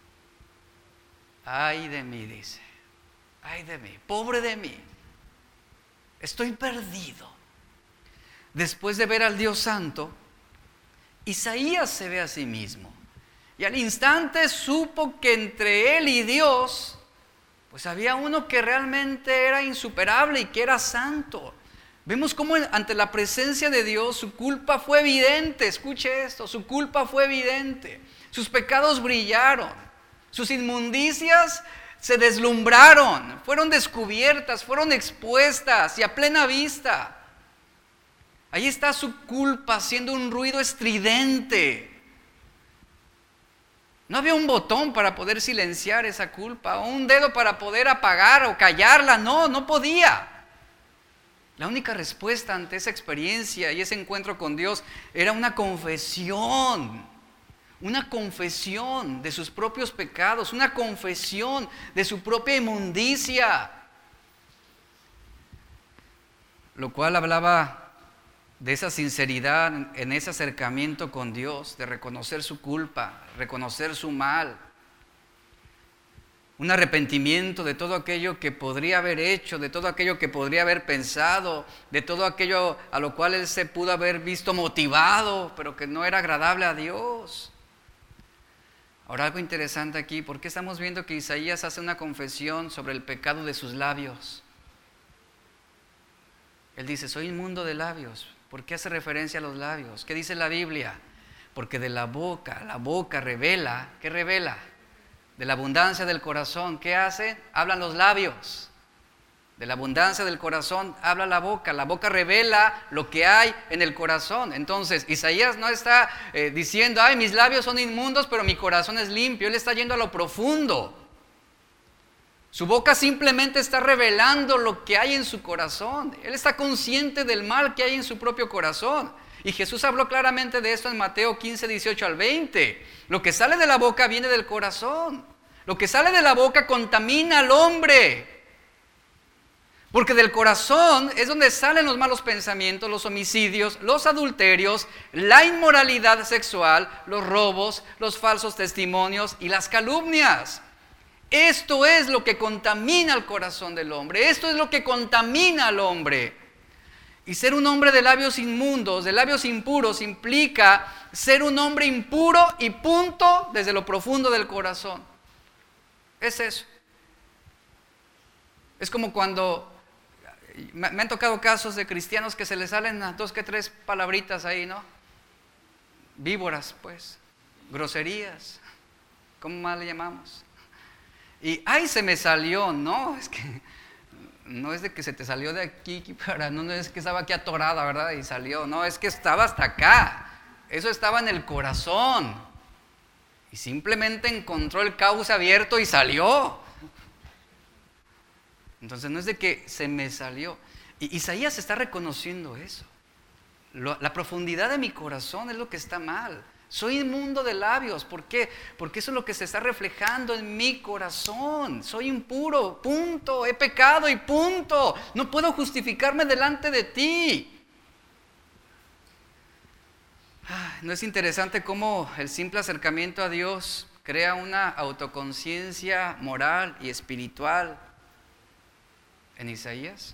Ay de mí, dice, ay de mí, pobre de mí, estoy perdido. Después de ver al Dios santo, Isaías se ve a sí mismo y al instante supo que entre él y Dios pues había uno que realmente era insuperable y que era santo. Vemos cómo ante la presencia de Dios su culpa fue evidente. Escuche esto, su culpa fue evidente. Sus pecados brillaron, sus inmundicias se deslumbraron, fueron descubiertas, fueron expuestas y a plena vista. Ahí está su culpa haciendo un ruido estridente. No había un botón para poder silenciar esa culpa, o un dedo para poder apagar o callarla. No, no podía. La única respuesta ante esa experiencia y ese encuentro con Dios era una confesión. Una confesión de sus propios pecados, una confesión de su propia inmundicia. Lo cual hablaba de esa sinceridad en ese acercamiento con Dios, de reconocer su culpa, reconocer su mal, un arrepentimiento de todo aquello que podría haber hecho, de todo aquello que podría haber pensado, de todo aquello a lo cual él se pudo haber visto motivado, pero que no era agradable a Dios. Ahora, algo interesante aquí, ¿por qué estamos viendo que Isaías hace una confesión sobre el pecado de sus labios? Él dice, soy inmundo de labios. ¿Por qué hace referencia a los labios? ¿Qué dice la Biblia? Porque de la boca, la boca revela, ¿qué revela? De la abundancia del corazón, ¿qué hace? Hablan los labios. De la abundancia del corazón habla la boca. La boca revela lo que hay en el corazón. Entonces, Isaías no está eh, diciendo, ay, mis labios son inmundos, pero mi corazón es limpio. Él está yendo a lo profundo. Su boca simplemente está revelando lo que hay en su corazón. Él está consciente del mal que hay en su propio corazón. Y Jesús habló claramente de esto en Mateo quince, dieciocho al veinte. Lo que sale de la boca viene del corazón. Lo que sale de la boca contamina al hombre. Porque del corazón es donde salen los malos pensamientos, los homicidios, los adulterios, la inmoralidad sexual, los robos, los falsos testimonios y las calumnias. Esto es lo que contamina el corazón del hombre. Esto es lo que contamina al hombre. Y ser un hombre de labios inmundos, de labios impuros, implica ser un hombre impuro y punto desde lo profundo del corazón. Es eso. Es como cuando me han tocado casos de cristianos que se les salen dos que tres palabritas ahí, ¿no? Víboras, pues, groserías, ¿cómo más le llamamos? Y, ay, se me salió, no, es que no es de que se te salió de aquí para, no, no es que estaba aquí atorada, ¿verdad? Y salió, no, es que estaba hasta acá, eso estaba en el corazón. Y simplemente encontró el cauce abierto y salió. Entonces no es de que se me salió. Y Isaías está reconociendo eso. Lo, la profundidad de mi corazón es lo que está mal. Soy inmundo de labios. ¿Por qué? Porque eso es lo que se está reflejando en mi corazón. Soy impuro, punto. He pecado y punto. No puedo justificarme delante de ti. ¿No es interesante cómo el simple acercamiento a Dios crea una autoconciencia moral y espiritual en Isaías?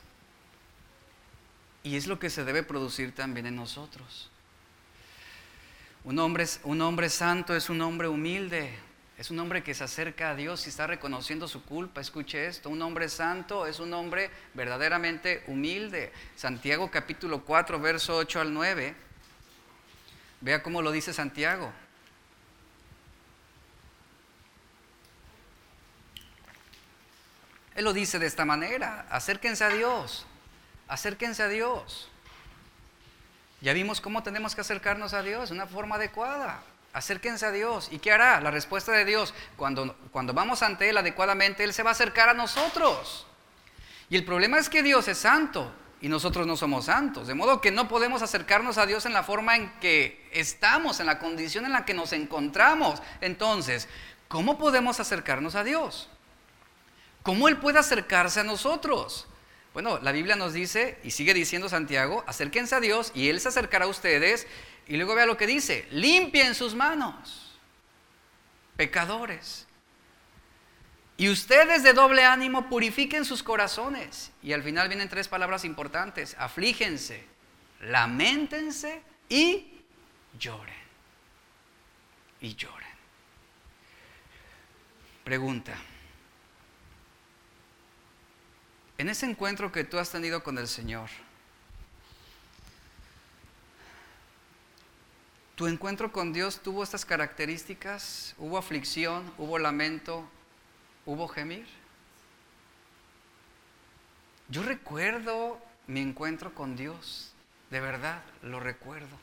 Y es lo que se debe producir también en nosotros. Un hombre, un hombre santo es un hombre humilde, es un hombre que se acerca a Dios y está reconociendo su culpa. Escuche esto, un hombre santo es un hombre verdaderamente humilde. Santiago capítulo cuatro, verso ocho al nueve. Vea cómo lo dice Santiago. Él lo dice de esta manera: acérquense a Dios, acérquense a Dios. Ya vimos cómo tenemos que acercarnos a Dios de una forma adecuada. Acérquense a Dios. ¿Y qué hará? La respuesta de Dios, cuando, cuando vamos ante Él adecuadamente, Él se va a acercar a nosotros. Y el problema es que Dios es santo y nosotros no somos santos. De modo que no podemos acercarnos a Dios en la forma en que estamos, en la condición en la que nos encontramos. Entonces, ¿cómo podemos acercarnos a Dios? ¿Cómo Él puede acercarse a nosotros? Bueno, la Biblia nos dice, y sigue diciendo Santiago, acérquense a Dios y Él se acercará a ustedes. Y luego vea lo que dice: limpien sus manos, pecadores. Y ustedes de doble ánimo purifiquen sus corazones. Y al final vienen tres palabras importantes: aflígense, lamentense y lloren. Y lloren. Pregunta: en ese encuentro que tú has tenido con el Señor, ¿tu encuentro con Dios tuvo estas características? ¿Hubo aflicción? ¿Hubo lamento? ¿Hubo gemir? Yo recuerdo mi encuentro con Dios, de verdad, lo recuerdo.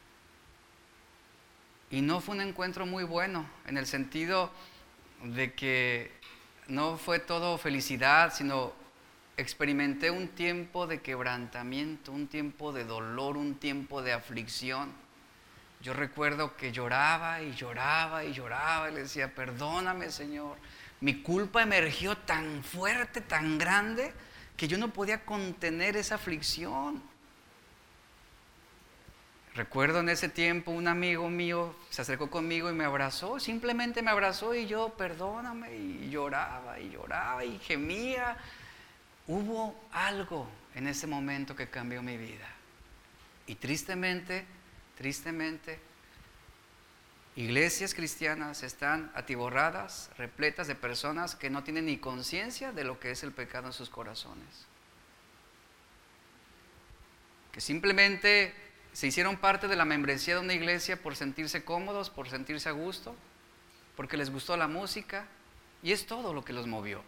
Y no fue un encuentro muy bueno, en el sentido de que no fue todo felicidad, sino experimenté un tiempo de quebrantamiento, un tiempo de dolor, un tiempo de aflicción. Yo recuerdo que lloraba y lloraba y lloraba y le decía: perdóname, Señor. Mi culpa emergió tan fuerte, tan grande, que yo no podía contener esa aflicción. Recuerdo en ese tiempo un amigo mío se acercó conmigo y me abrazó, simplemente me abrazó y yo: perdóname, y lloraba y lloraba y gemía. Hubo algo en ese momento que cambió mi vida. Y tristemente, tristemente, iglesias cristianas están atiborradas, repletas de personas que no tienen ni conciencia de lo que es el pecado en sus corazones. Que simplemente se hicieron parte de la membresía de una iglesia por sentirse cómodos, por sentirse a gusto, porque les gustó la música, y es todo lo que los movió.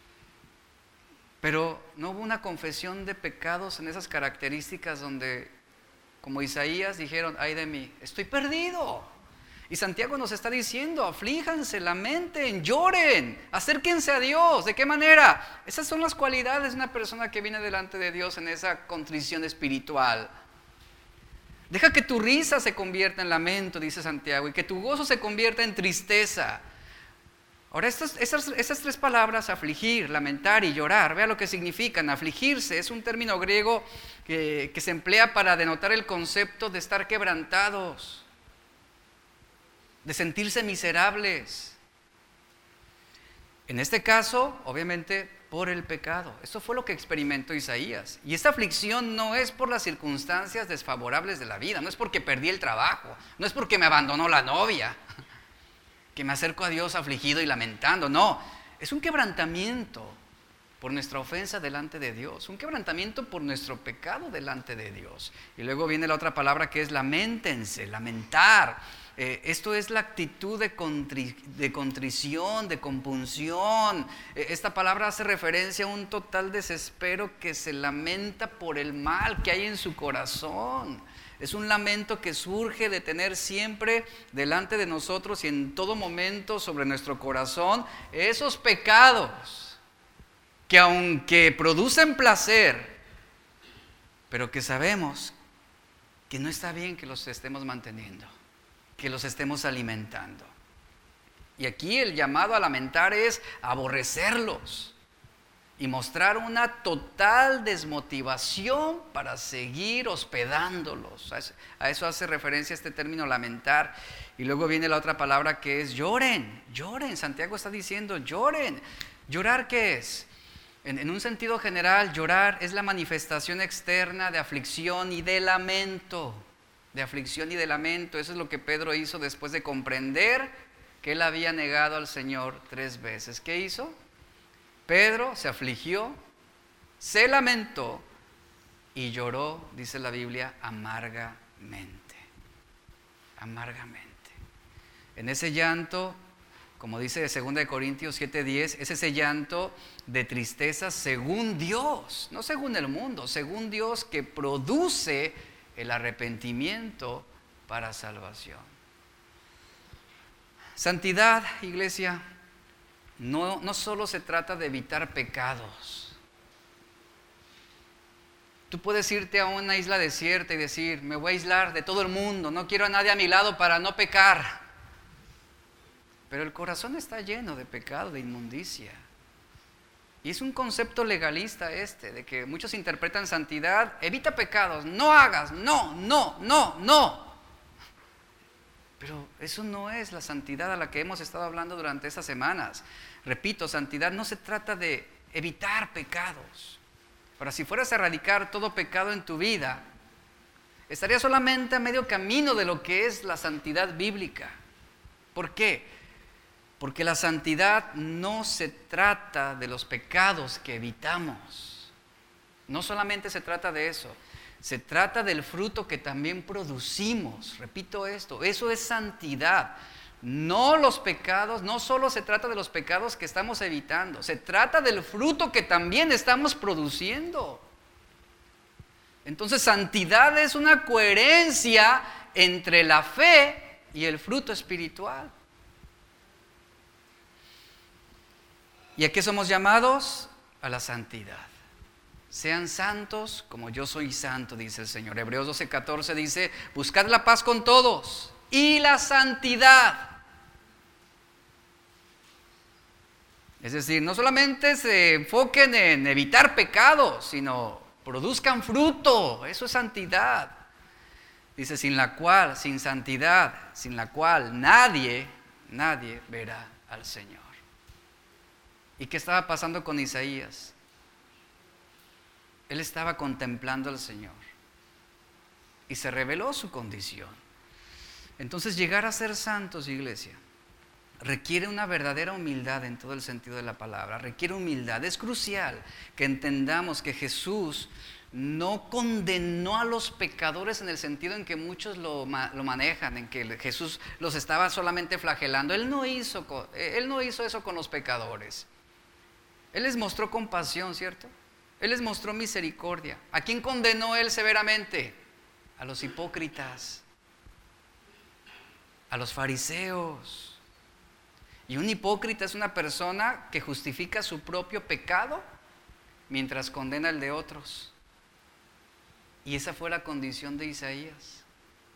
Pero no hubo una confesión de pecados en esas características donde, como Isaías, dijeron: ay de mí, estoy perdido. Y Santiago nos está diciendo: aflíjanse, lamenten, lloren, acérquense a Dios. ¿De qué manera? Esas son las cualidades de una persona que viene delante de Dios en esa contrición espiritual. Deja que tu risa se convierta en lamento, dice Santiago, y que tu gozo se convierta en tristeza. Ahora, estas, estas, estas tres palabras, afligir, lamentar y llorar, vea lo que significan. Afligirse es un término griego que, que se emplea para denotar el concepto de estar quebrantados, de sentirse miserables. En este caso, obviamente, por el pecado. Esto fue lo que experimentó Isaías. Y esta aflicción no es por las circunstancias desfavorables de la vida, no es porque perdí el trabajo, no es porque me abandonó la novia, que me acerco a Dios afligido y lamentando. No, es un quebrantamiento por nuestra ofensa delante de Dios, un quebrantamiento por nuestro pecado delante de Dios. Y luego viene la otra palabra que es lamentense, lamentar. Eh, esto es la actitud de, contri, de contrición, de compunción. Eh, esta palabra hace referencia a un total desespero que se lamenta por el mal que hay en su corazón. Es un lamento que surge de tener siempre delante de nosotros y en todo momento sobre nuestro corazón esos pecados que aunque producen placer, pero que sabemos que no está bien que los estemos manteniendo, que los estemos alimentando. Y aquí el llamado a lamentar es aborrecerlos y mostrar una total desmotivación para seguir hospedándolos. A eso hace referencia este término lamentar. Y luego viene la otra palabra que es lloren, lloren. Santiago está diciendo lloren. ¿Llorar qué es? En, en un sentido general, llorar es la manifestación externa de aflicción y de lamento. De aflicción y de lamento. Eso es lo que Pedro hizo después de comprender que él había negado al Señor tres veces. ¿Qué hizo? Pedro se afligió, se lamentó y lloró, dice la Biblia, amargamente. Amargamente. En ese llanto, como dice segunda de Corintios siete diez, es ese llanto de tristeza según Dios, no según el mundo, según Dios, que produce el arrepentimiento para salvación. Santidad, iglesia, no, no solo se trata de evitar pecados. Tú puedes irte a una isla desierta y decir, me voy a aislar de todo el mundo, no quiero a nadie a mi lado para no pecar. Pero el corazón está lleno de pecado, de inmundicia. Y es un concepto legalista este, de que muchos interpretan santidad, evita pecados, no hagas, no, no, no, no. Pero eso no es la santidad a la que hemos estado hablando durante estas semanas. Repito, santidad no se trata de evitar pecados. Ahora, si fueras a erradicar todo pecado en tu vida, estarías solamente a medio camino de lo que es la santidad bíblica. ¿Por qué? Porque la santidad no se trata de los pecados que evitamos. No solamente se trata de eso. Se trata del fruto que también producimos. Repito esto, eso es santidad. No los pecados, no solo se trata de los pecados que estamos evitando, se trata del fruto que también estamos produciendo. Entonces, santidad es una coherencia entre la fe y el fruto espiritual. ¿Y a qué somos llamados? A la santidad. Sean santos como yo soy santo, dice el Señor. Hebreos doce catorce dice, buscad la paz con todos y la santidad. Es decir, no solamente se enfoquen en evitar pecados, sino produzcan fruto. Eso es santidad. Dice, sin la cual, sin santidad, sin la cual nadie, nadie verá al Señor. ¿Y qué estaba pasando con Isaías? Él estaba contemplando al Señor y se reveló su condición. Entonces, llegar a ser santos, iglesia, requiere una verdadera humildad en todo el sentido de la palabra. Requiere humildad. Es crucial que entendamos que Jesús no condenó a los pecadores en el sentido en que muchos lo, lo manejan, en que Jesús los estaba solamente flagelando. Él no hizo, él no hizo eso con los pecadores. Él les mostró compasión, ¿cierto? Él les mostró misericordia. ¿A quién condenó Él severamente? A los hipócritas, a los fariseos. Y un hipócrita es una persona que justifica su propio pecado mientras condena el de otros. Y esa fue la condición de Isaías.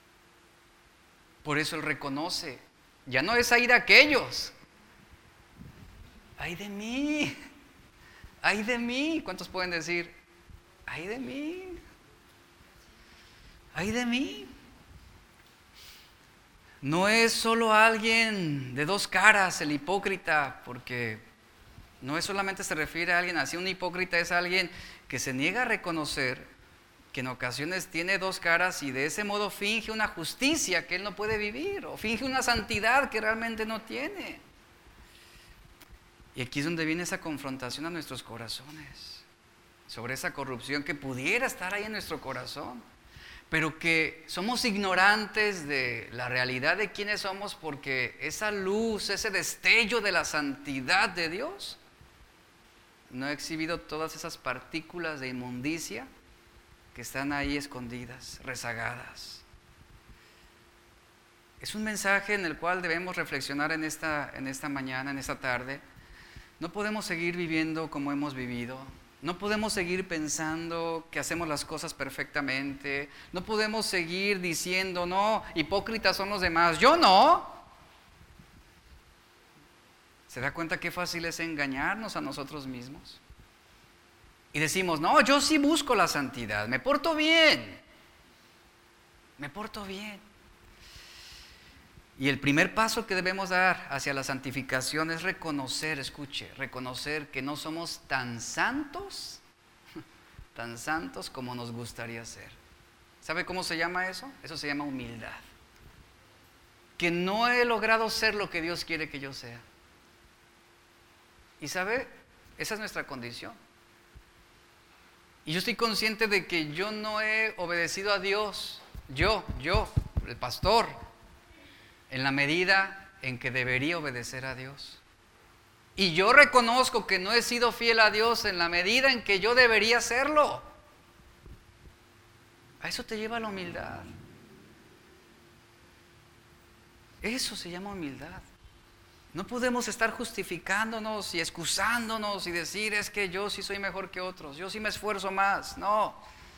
Por eso Él reconoce, ya no es ahí de aquellos, ¡ay de mí! ¡Ay de mí! ¿Cuántos pueden decir, ¡ay de mí! ¡Ay de mí! No es solo alguien de dos caras el hipócrita, porque no es solamente se refiere a alguien así. Un hipócrita es alguien que se niega a reconocer que en ocasiones tiene dos caras y de ese modo finge una justicia que él no puede vivir, o finge una santidad que realmente no tiene. Y aquí es donde viene esa confrontación a nuestros corazones, sobre esa corrupción que pudiera estar ahí en nuestro corazón, pero que somos ignorantes de la realidad de quiénes somos, porque esa luz, ese destello de la santidad de Dios no ha exhibido todas esas partículas de inmundicia que están ahí escondidas, rezagadas. Es un mensaje en el cual debemos reflexionar en esta, en esta mañana, en esta tarde. No podemos seguir viviendo como hemos vivido. No podemos seguir pensando que hacemos las cosas perfectamente. No podemos seguir diciendo, no, hipócritas son los demás. Yo no. ¿Se da cuenta qué fácil es engañarnos a nosotros mismos? Y decimos, no, yo sí busco la santidad, me porto bien. Me porto bien. Y el primer paso que debemos dar hacia la santificación es reconocer, escuche, reconocer que no somos tan santos, tan santos como nos gustaría ser. ¿Sabe cómo se llama eso? Eso se llama humildad. Que no he logrado ser lo que Dios quiere que yo sea. Y ¿sabe? Esa es nuestra condición. Y yo estoy consciente de que yo no he obedecido a Dios, yo, yo, el pastor, en la medida en que debería obedecer a Dios. Y yo reconozco que no he sido fiel a Dios en la medida en que yo debería serlo. A eso te lleva la humildad. Eso se llama humildad. No podemos estar justificándonos y excusándonos y decir, es que yo sí soy mejor que otros, yo sí me esfuerzo más. No.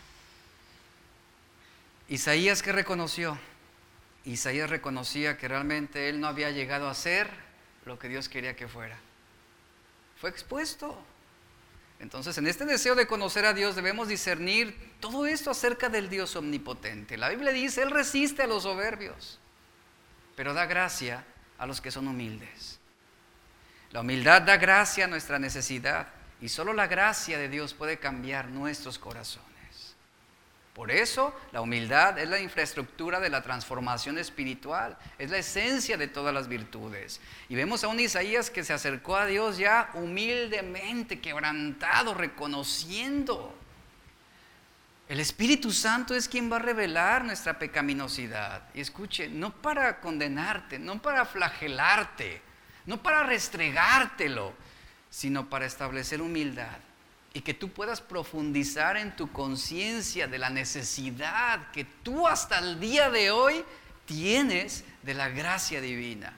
Isaías, ¿qué reconoció? Isaías reconocía que realmente él no había llegado a ser lo que Dios quería que fuera. Fue expuesto. Entonces, en este deseo de conocer a Dios debemos discernir todo esto acerca del Dios omnipotente. La Biblia dice, Él resiste a los soberbios, pero da gracia a los que son humildes. La humildad da gracia a nuestra necesidad, y solo la gracia de Dios puede cambiar nuestros corazones. Por eso, la humildad es la infraestructura de la transformación espiritual, es la esencia de todas las virtudes. Y vemos a un Isaías que se acercó a Dios ya humildemente, quebrantado, reconociendo. El Espíritu Santo es quien va a revelar nuestra pecaminosidad. Y escuche, no para condenarte, no para flagelarte, no para restregártelo, sino para establecer humildad. Y que tú puedas profundizar en tu conciencia de la necesidad que tú hasta el día de hoy tienes de la gracia divina.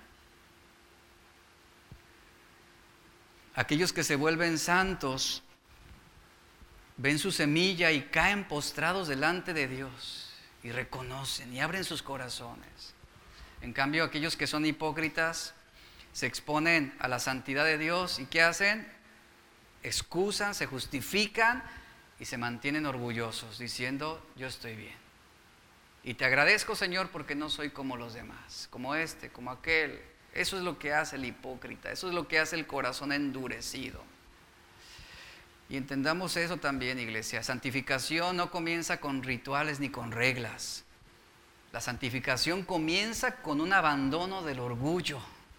Aquellos que se vuelven santos ven su semilla y caen postrados delante de Dios y reconocen y abren sus corazones. En cambio, aquellos que son hipócritas se exponen a la santidad de Dios y ¿qué hacen? Excusan, se justifican y se mantienen orgullosos diciendo, yo estoy bien. Y te agradezco, Señor, porque no soy como los demás, como este, como aquel. Eso es lo que hace el hipócrita, eso es lo que hace el corazón endurecido. Y entendamos eso también, iglesia. Santificación no comienza con rituales ni con reglas. La santificación comienza con un abandono del orgullo.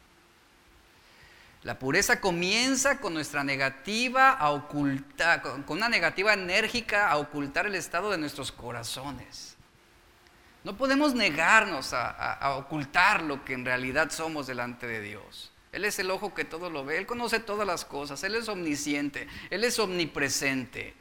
La pureza comienza con nuestra negativa a ocultar, con una negativa enérgica a ocultar el estado de nuestros corazones. No podemos negarnos a, a, a ocultar lo que en realidad somos delante de Dios. Él es el ojo que todo lo ve, Él conoce todas las cosas, Él es omnisciente, Él es omnipresente.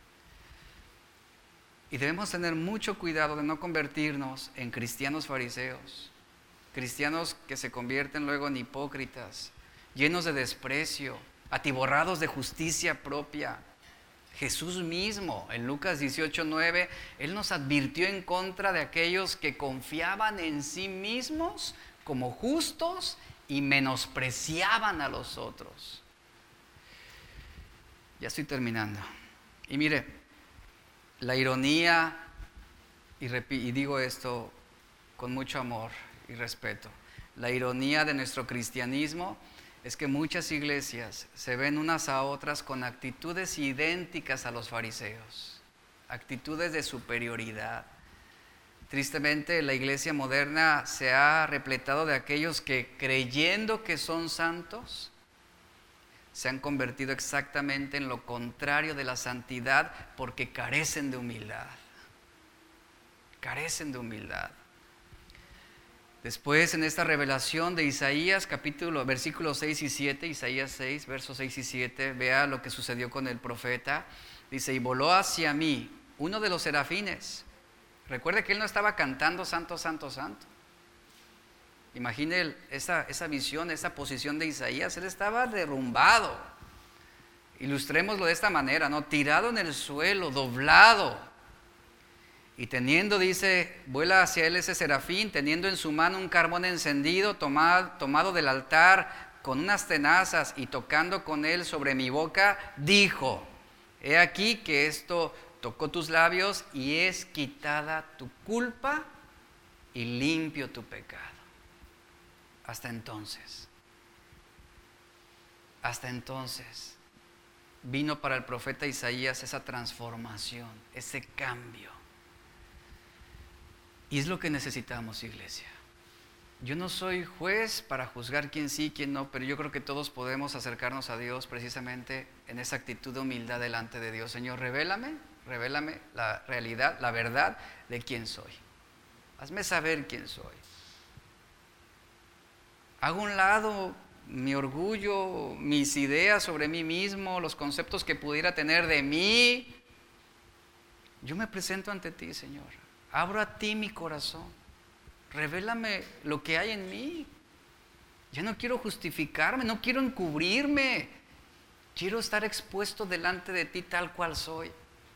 Y debemos tener mucho cuidado de no convertirnos en cristianos fariseos, cristianos que se convierten luego en hipócritas, llenos de desprecio, atiborrados de justicia propia. Jesús mismo, en Lucas dieciocho nueve, Él nos advirtió en contra de aquellos que confiaban en sí mismos como justos y menospreciaban a los otros. Ya estoy terminando. Y mire, la ironía, y, y digo esto con mucho amor y respeto, la ironía de nuestro cristianismo es que muchas iglesias se ven unas a otras con actitudes idénticas a los fariseos, actitudes de superioridad. Tristemente, la iglesia moderna se ha repletado de aquellos que, creyendo que son santos, se han convertido exactamente en lo contrario de la santidad porque carecen de humildad. Carecen de humildad. Después, en esta revelación de Isaías, capítulo, versículos seis y siete, Isaías seis, versos seis y siete, vea lo que sucedió con el profeta. Dice, y voló hacia mí uno de los serafines. Recuerde que él no estaba cantando santo, santo, santo. Imagine el, esa, esa visión, esa posición de Isaías. Él estaba derrumbado. Ilustrémoslo de esta manera, ¿no? Tirado en el suelo, doblado. Y teniendo, dice, vuela hacia él ese serafín, teniendo en su mano un carbón encendido, tomado, tomado del altar con unas tenazas y tocando con él sobre mi boca, dijo, he aquí que esto tocó tus labios y es quitada tu culpa y limpio tu pecado. Hasta entonces, hasta entonces, vino para el profeta Isaías esa transformación, ese cambio. Y es lo que necesitamos, iglesia. Yo no soy juez para juzgar quién sí, quién no, pero yo creo que todos podemos acercarnos a Dios precisamente en esa actitud de humildad delante de Dios. Señor, revélame, revélame la realidad, la verdad de quién soy. Hazme saber quién soy. Hago a un lado mi orgullo, mis ideas sobre mí mismo, los conceptos que pudiera tener de mí. Yo me presento ante ti, Señor. Abro a ti mi corazón. Revélame lo que hay en mí. Ya no quiero justificarme, no quiero encubrirme. Quiero estar expuesto delante de ti tal cual soy.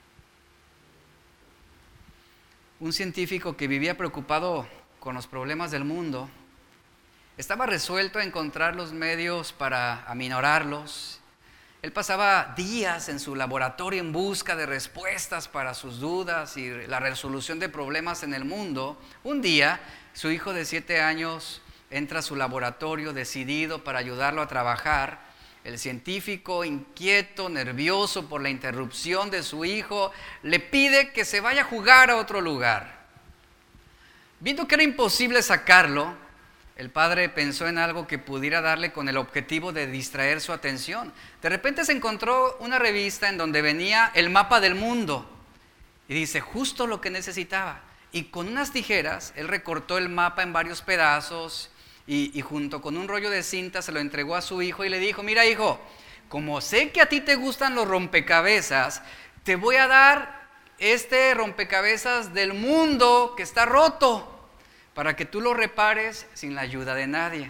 Un científico que vivía preocupado con los problemas del mundo estaba resuelto a encontrar los medios para aminorarlos. Él pasaba días en su laboratorio en busca de respuestas para sus dudas y la resolución de problemas en el mundo. Un día, su hijo de siete años entra a su laboratorio decidido para ayudarlo a trabajar. El científico, inquieto, nervioso por la interrupción de su hijo, le pide que se vaya a jugar a otro lugar. Viendo que era imposible sacarlo, el padre pensó en algo que pudiera darle con el objetivo de distraer su atención. De repente se encontró una revista en donde venía el mapa del mundo. Y dice, justo lo que necesitaba. Y con unas tijeras, él recortó el mapa en varios pedazos y, y junto con un rollo de cinta se lo entregó a su hijo y le dijo, mira hijo, como sé que a ti te gustan los rompecabezas, te voy a dar este rompecabezas del mundo que está roto, para que tú lo repares sin la ayuda de nadie.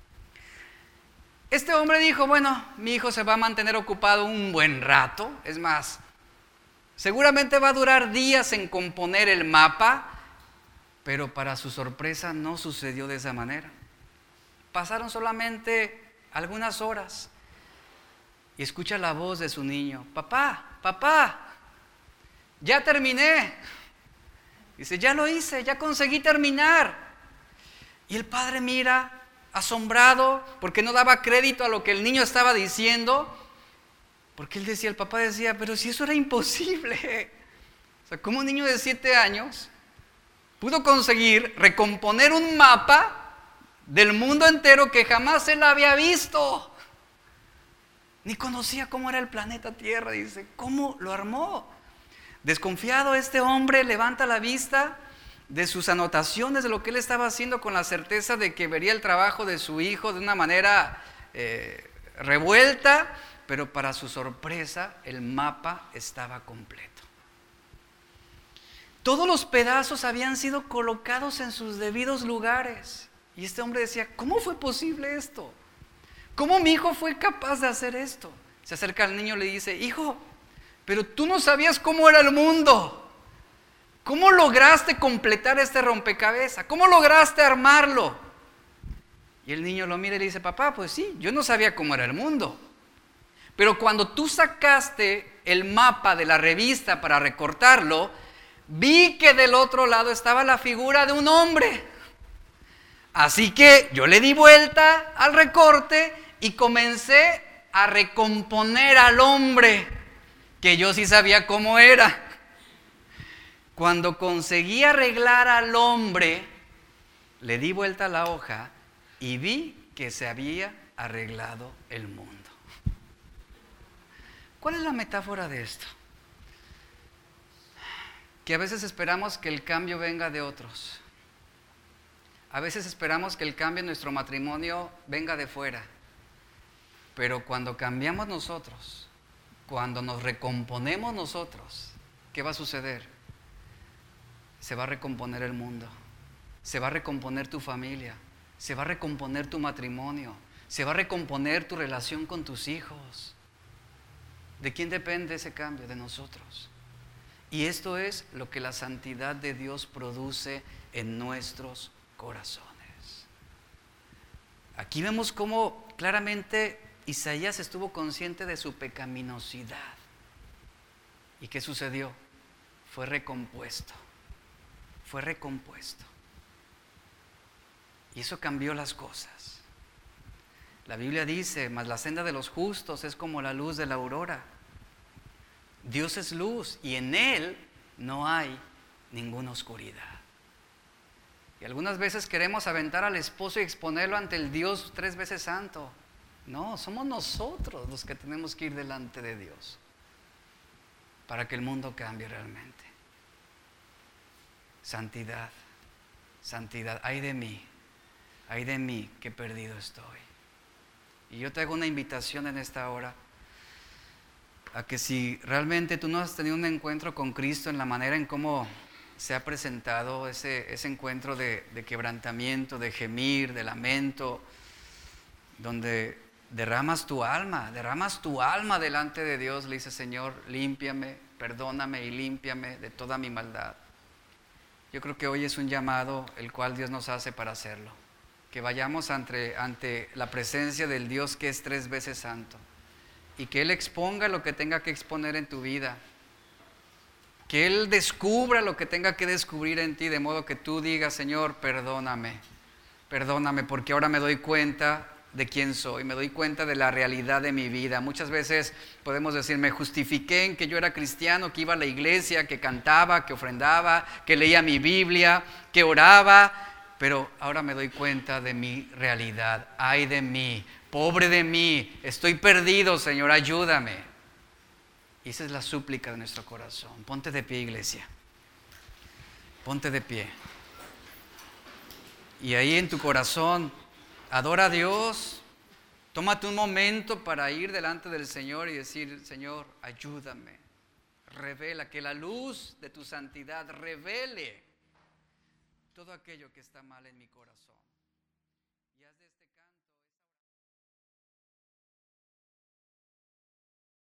Este hombre dijo, bueno, mi hijo se va a mantener ocupado un buen rato, es más, seguramente va a durar días en componer el mapa, pero para su sorpresa no sucedió de esa manera. Pasaron solamente algunas horas y escucha la voz de su niño, papá, papá, ya terminé. Dice, ya lo hice, ya conseguí terminar. Y el padre mira, asombrado, porque no daba crédito a lo que el niño estaba diciendo. Porque él decía, el papá decía, pero si eso era imposible. O sea, ¿cómo un niño de siete años pudo conseguir recomponer un mapa del mundo entero que jamás él había visto? Ni conocía cómo era el planeta Tierra. Dice, ¿cómo lo armó? Desconfiado, este hombre levanta la vista de sus anotaciones, de lo que él estaba haciendo, con la certeza de que vería el trabajo de su hijo de una manera eh, revuelta, pero para su sorpresa el mapa estaba completo. Todos los pedazos habían sido colocados en sus debidos lugares. Y este hombre decía, ¿cómo fue posible esto? ¿Cómo mi hijo fue capaz de hacer esto? Se acerca al niño y le dice, hijo, pero tú no sabías cómo era el mundo. ¿Cómo lograste completar este rompecabezas? ¿Cómo lograste armarlo? Y el niño lo mira y le dice, papá, pues sí, yo no sabía cómo era el mundo. Pero cuando tú sacaste el mapa de la revista para recortarlo, vi que del otro lado estaba la figura de un hombre. Así que yo le di vuelta al recorte y comencé a recomponer al hombre, que yo sí sabía cómo era. Cuando conseguí arreglar al hombre, le di vuelta a la hoja y vi que se había arreglado el mundo. ¿Cuál es la metáfora de esto? Que a veces esperamos que el cambio venga de otros. A veces esperamos que el cambio en nuestro matrimonio venga de fuera. Pero cuando cambiamos nosotros, cuando nos recomponemos nosotros, ¿qué va a suceder? Se va a recomponer el mundo, se va a recomponer tu familia, se va a recomponer tu matrimonio, se va a recomponer tu relación con tus hijos. ¿De quién depende ese cambio? De nosotros. Y esto es lo que la santidad de Dios produce en nuestros corazones. Aquí vemos cómo claramente Isaías estuvo consciente de su pecaminosidad. ¿Y qué sucedió? Fue recompuesto. Fue recompuesto. Y eso cambió las cosas. La Biblia dice, mas la senda de los justos es como la luz de la aurora. Dios es luz y en Él no hay ninguna oscuridad. Y algunas veces queremos aventar al esposo y exponerlo ante el Dios tres veces santo. No, somos nosotros los que tenemos que ir delante de Dios para que el mundo cambie realmente. Santidad, santidad, ay de mí, ay de mí que perdido estoy. Y yo te hago una invitación en esta hora a que si realmente tú no has tenido un encuentro con Cristo en la manera en cómo se ha presentado ese, ese encuentro de, de quebrantamiento, de gemir, de lamento, donde derramas tu alma, derramas tu alma delante de Dios, le dices, Señor, límpiame, perdóname y límpiame de toda mi maldad. Yo creo que hoy es un llamado el cual Dios nos hace para hacerlo. Que vayamos ante, ante la presencia del Dios que es tres veces santo. Y que Él exponga lo que tenga que exponer en tu vida. Que Él descubra lo que tenga que descubrir en ti, de modo que tú digas, Señor, perdóname. Perdóname porque ahora me doy cuenta de quién soy, me doy cuenta de la realidad de mi vida. Muchas veces podemos decir, me justifiqué en que yo era cristiano, que iba a la iglesia, que cantaba, que ofrendaba, que leía mi Biblia, que oraba, pero ahora me doy cuenta de mi realidad. Ay de mí, pobre de mí, estoy perdido, Señor, ayúdame. Y esa es la súplica de nuestro corazón. Ponte de pie, iglesia. Ponte de pie. Y ahí en tu corazón, adora a Dios, tómate un momento para ir delante del Señor y decir, Señor, ayúdame, revela, que la luz de tu santidad revele todo aquello que está mal en mi corazón.